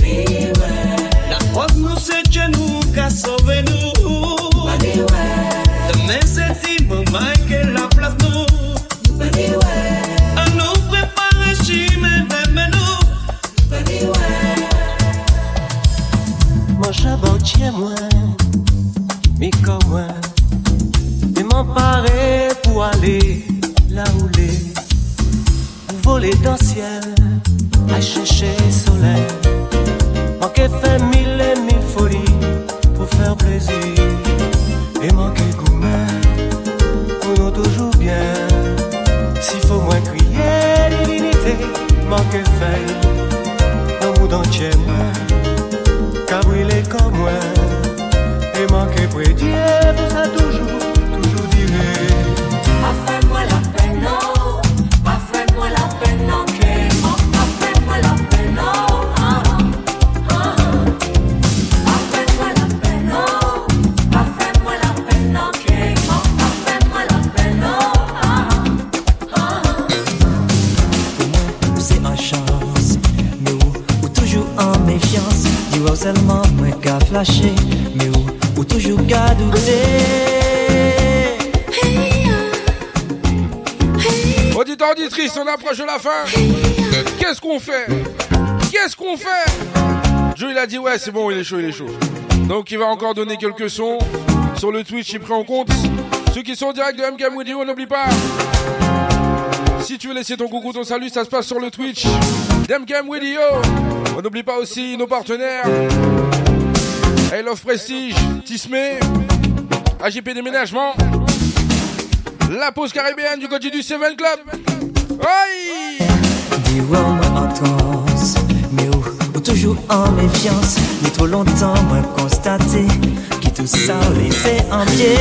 moi, mais comme moi, et m'emparer pour aller là où les, pour voler dans le ciel, à chercher soleil, manquer fait mille et mille folies pour faire plaisir, et manquer gourmet pour nous toujours bien. S'il faut moins crier divinité, manquer fait dans mon entier moi, qu'à brûler comme moi, et manquer près Dieu pour ça toujours dirait. Fais-moi la peine, non, fais-moi la peine, non, fais-moi la peine, non, fais-moi la peine, non, fais-moi la peine, non, fais-moi la peine, non. C'est en chance, mais ou toujours en méfiance, du harcèlement, moins qu'à flasher, mais ou toujours qu'à douter. Auditeurs, auditrices, on approche de la fin. Qu'est-ce qu'on fait? Joe, il a dit, ouais, c'est bon, il est chaud. Donc, il va encore donner quelques sons. Sur le Twitch, il prend en compte. Ceux qui sont en direct de MGM Radio, n'oublie pas. Si tu veux laisser ton coucou, ton salut, ça se passe sur le Twitch d'MGM Radio. On n'oublie pas aussi nos partenaires. I Love Prestige, Tismé, AGP Déménagement, La Pause Caribéenne du côté du Seven Club. Aïe! Dis-moi moi en transe, mais ou toujours en méfiance. Ni trop longtemps moi constaté qui tout ça laissé en pied.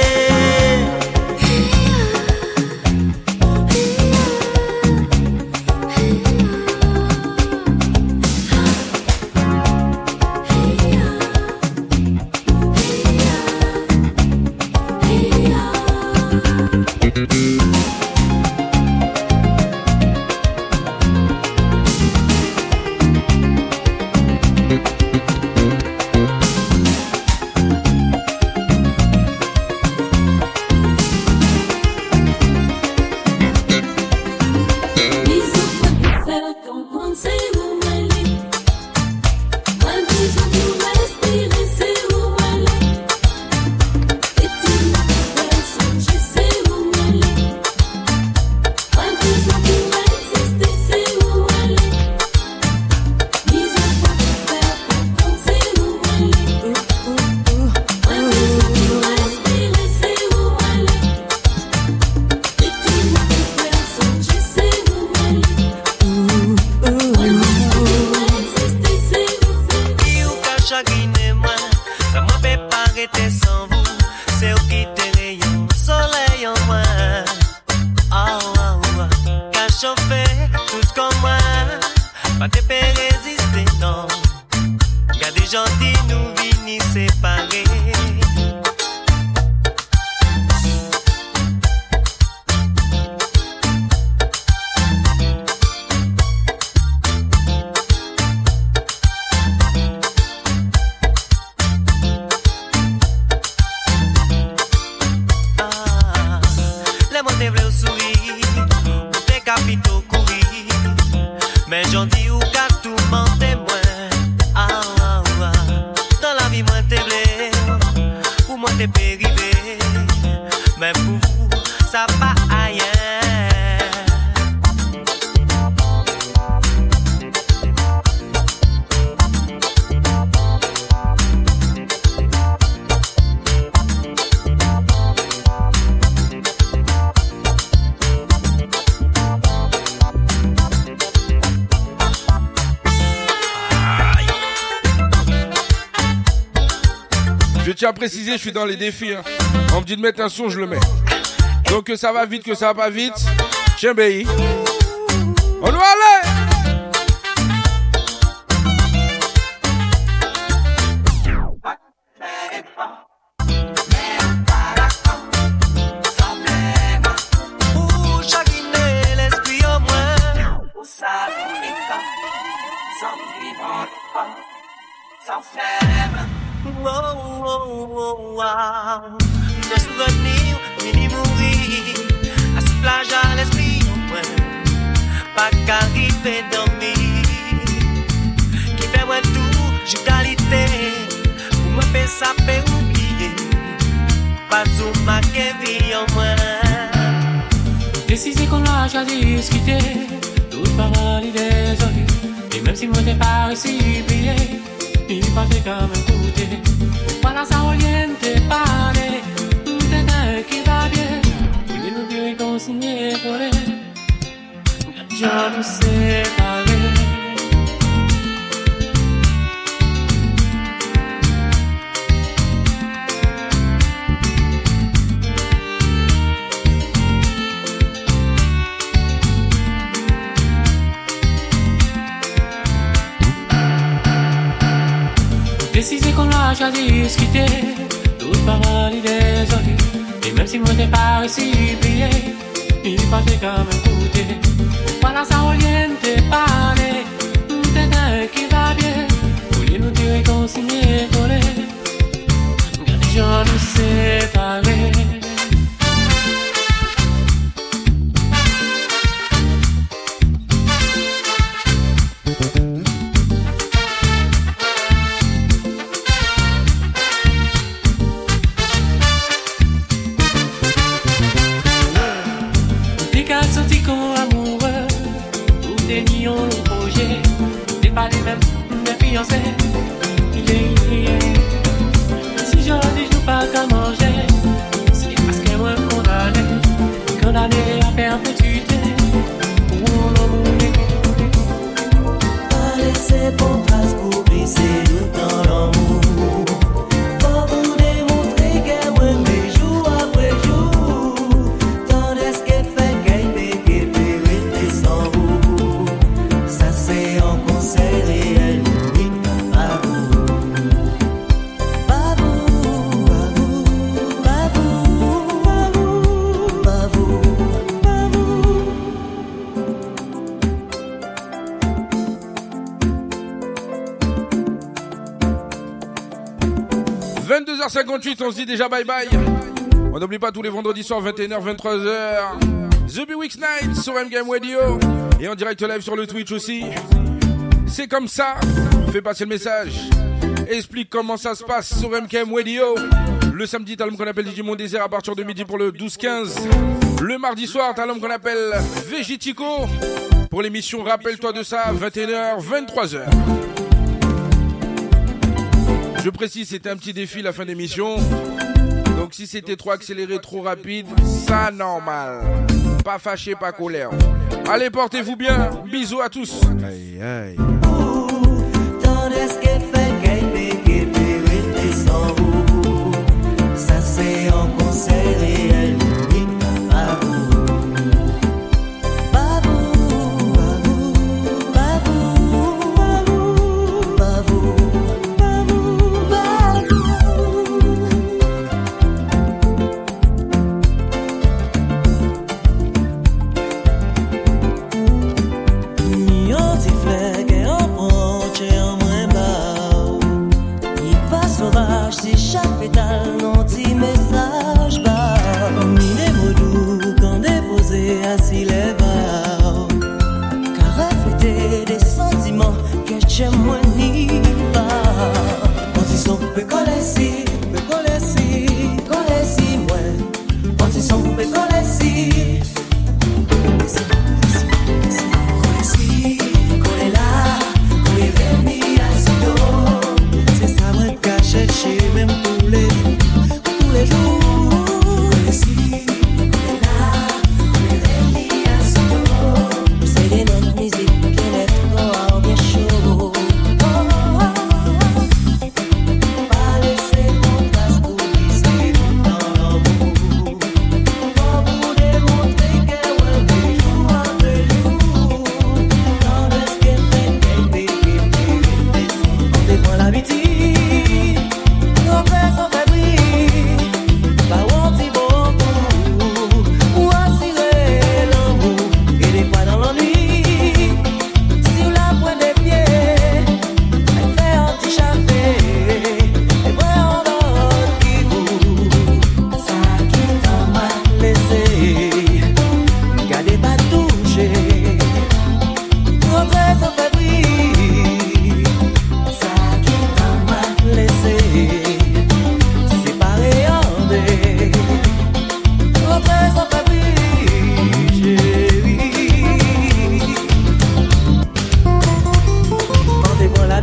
Je tiens à préciser, je suis dans les défis. Hein. On me dit de mettre un son, je le mets. Donc que ça va vite, que ça va pas vite. Tiens, Béhi. On doit aller. Ne souvenir, ni mourir. À cette plage à l'esprit, pas qu'arriver dormir. Qui fait moi tout, j'ai qualité. Pour me faire qu'elle vit en moi. Décisé qu'on a déjà discuté, toute parole est désolée. Et même si moi t'es pas réussi, plié, il pas t'es comme écouté. Voilà ça relienne t'es parlé, t'es un qui va bien. Voulez nous dire consigner pour les, je nous séparer. Décisé qu'on a déjà discuté, toute parole est désolée. Et même si moi t'es pas réussi, plié, il pas t'es comme écouté. Voilà ça relienne t'es parlé, t'es un qui va bien. Voulez nous dire consigner pour les, les gens nous séparer. Sorti comme amoureux, ou des nions au projet, t'es pas les mêmes, des fiancés. Si je dis je pas qu'à manger, c'est parce que moi condamné à perpétuité. Pour l'amour, pas laisser pour trace pour glisser dans l'amour. Faut vous démontrer qu'elle m'aime jour après jour. Tandis qu'elle fait on se dit déjà bye bye. On n'oublie pas tous les vendredis soirs 21h 23h The B-Weeks Night sur M-Game Radio et en direct live sur le Twitch aussi. C'est comme ça, fais passer le message. Explique comment ça se passe sur M-Game Radio. Le samedi t'as l'homme qu'on appelle DJ Mon Désert à partir de midi pour le 12-15. Le mardi soir t'as l'homme qu'on appelle Végitico pour l'émission Rappelle-toi de ça 21h 23h. Je précise, c'était un petit défi la fin d'émission. Donc si c'était trop accéléré, trop rapide, ça normal. Pas fâché, pas colère. Allez, portez-vous bien. Bisous à tous. Aïe, aïe. Ça c'est en concert et elle Yo, ti flege,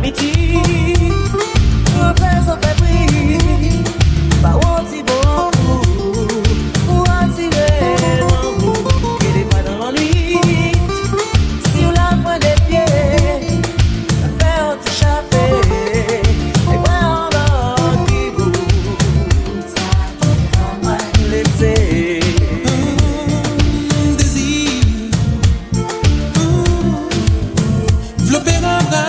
l'amitié. Repère sans fait prix, pas un petit bon coup, pour attirer l'amour qui n'est pas dans l'ennui. Sur la pointe des pieds, la faire t'échapper, et moi en bas qui vous, ça peut laisser. Désir, flopper en bras.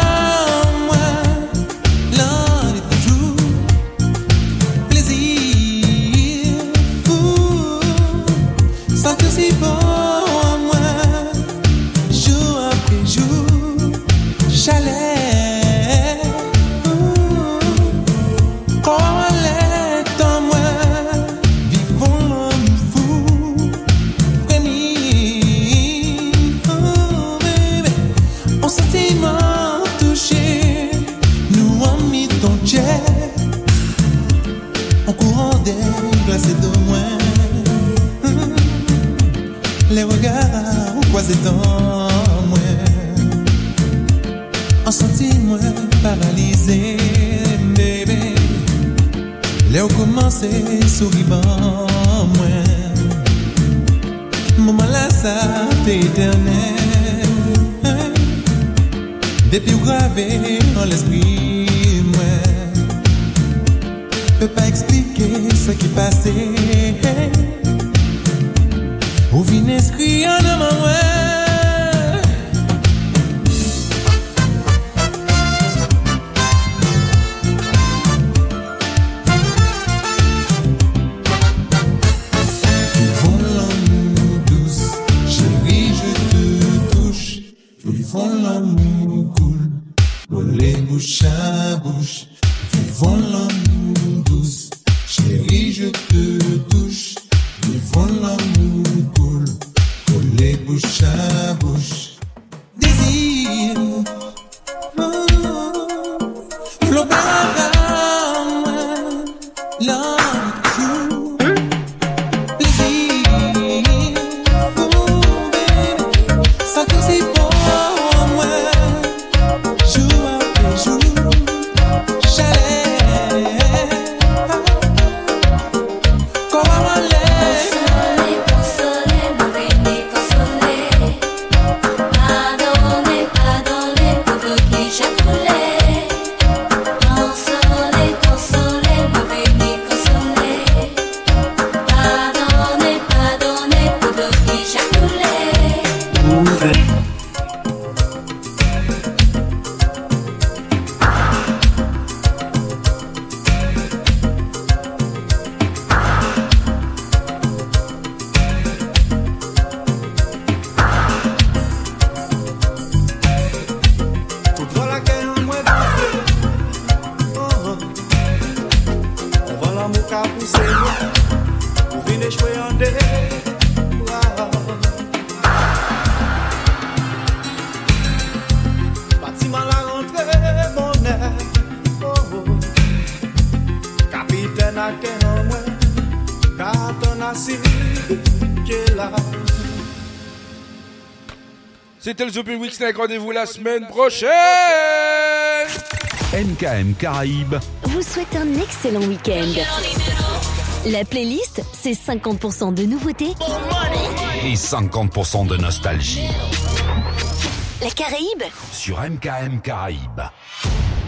Si bon à moi, jour après jour, chalet. Quand elle est en moi, vivons l'homme fou, frémir. Oh baby, en sentiment touché, nous en mis ton jet, en courant d'air glacé de moins. Les regards croisés dans moi, en senti-moi paralysé, bébé. Les ont commencé sourire moi. Moment là, ça fait éternel. Depuis gravé en l'esprit, moi. Peux pas expliquer ce qui passait. Ou vin inscrit en amant moi. Vivons l'amour douce, chérie, je te touche. Vivons l'amour cool, volé bouche à bouche. Vivons l'amour douce, chérie, je te touche. Vivons l'amour cool, collé bouche à bouche. Désir, flopper à moi, l'homme true. Plaisir, baby, ça que c'est pour moi, jour après jour, chalet. C'était le Zopin Week-Snack, rendez-vous la semaine prochaine. MKM Caraïbes vous souhaite un excellent week-end. La playlist, c'est 50% de nouveautés et 50% de nostalgie. La Caraïbe sur MKM Caraïbes.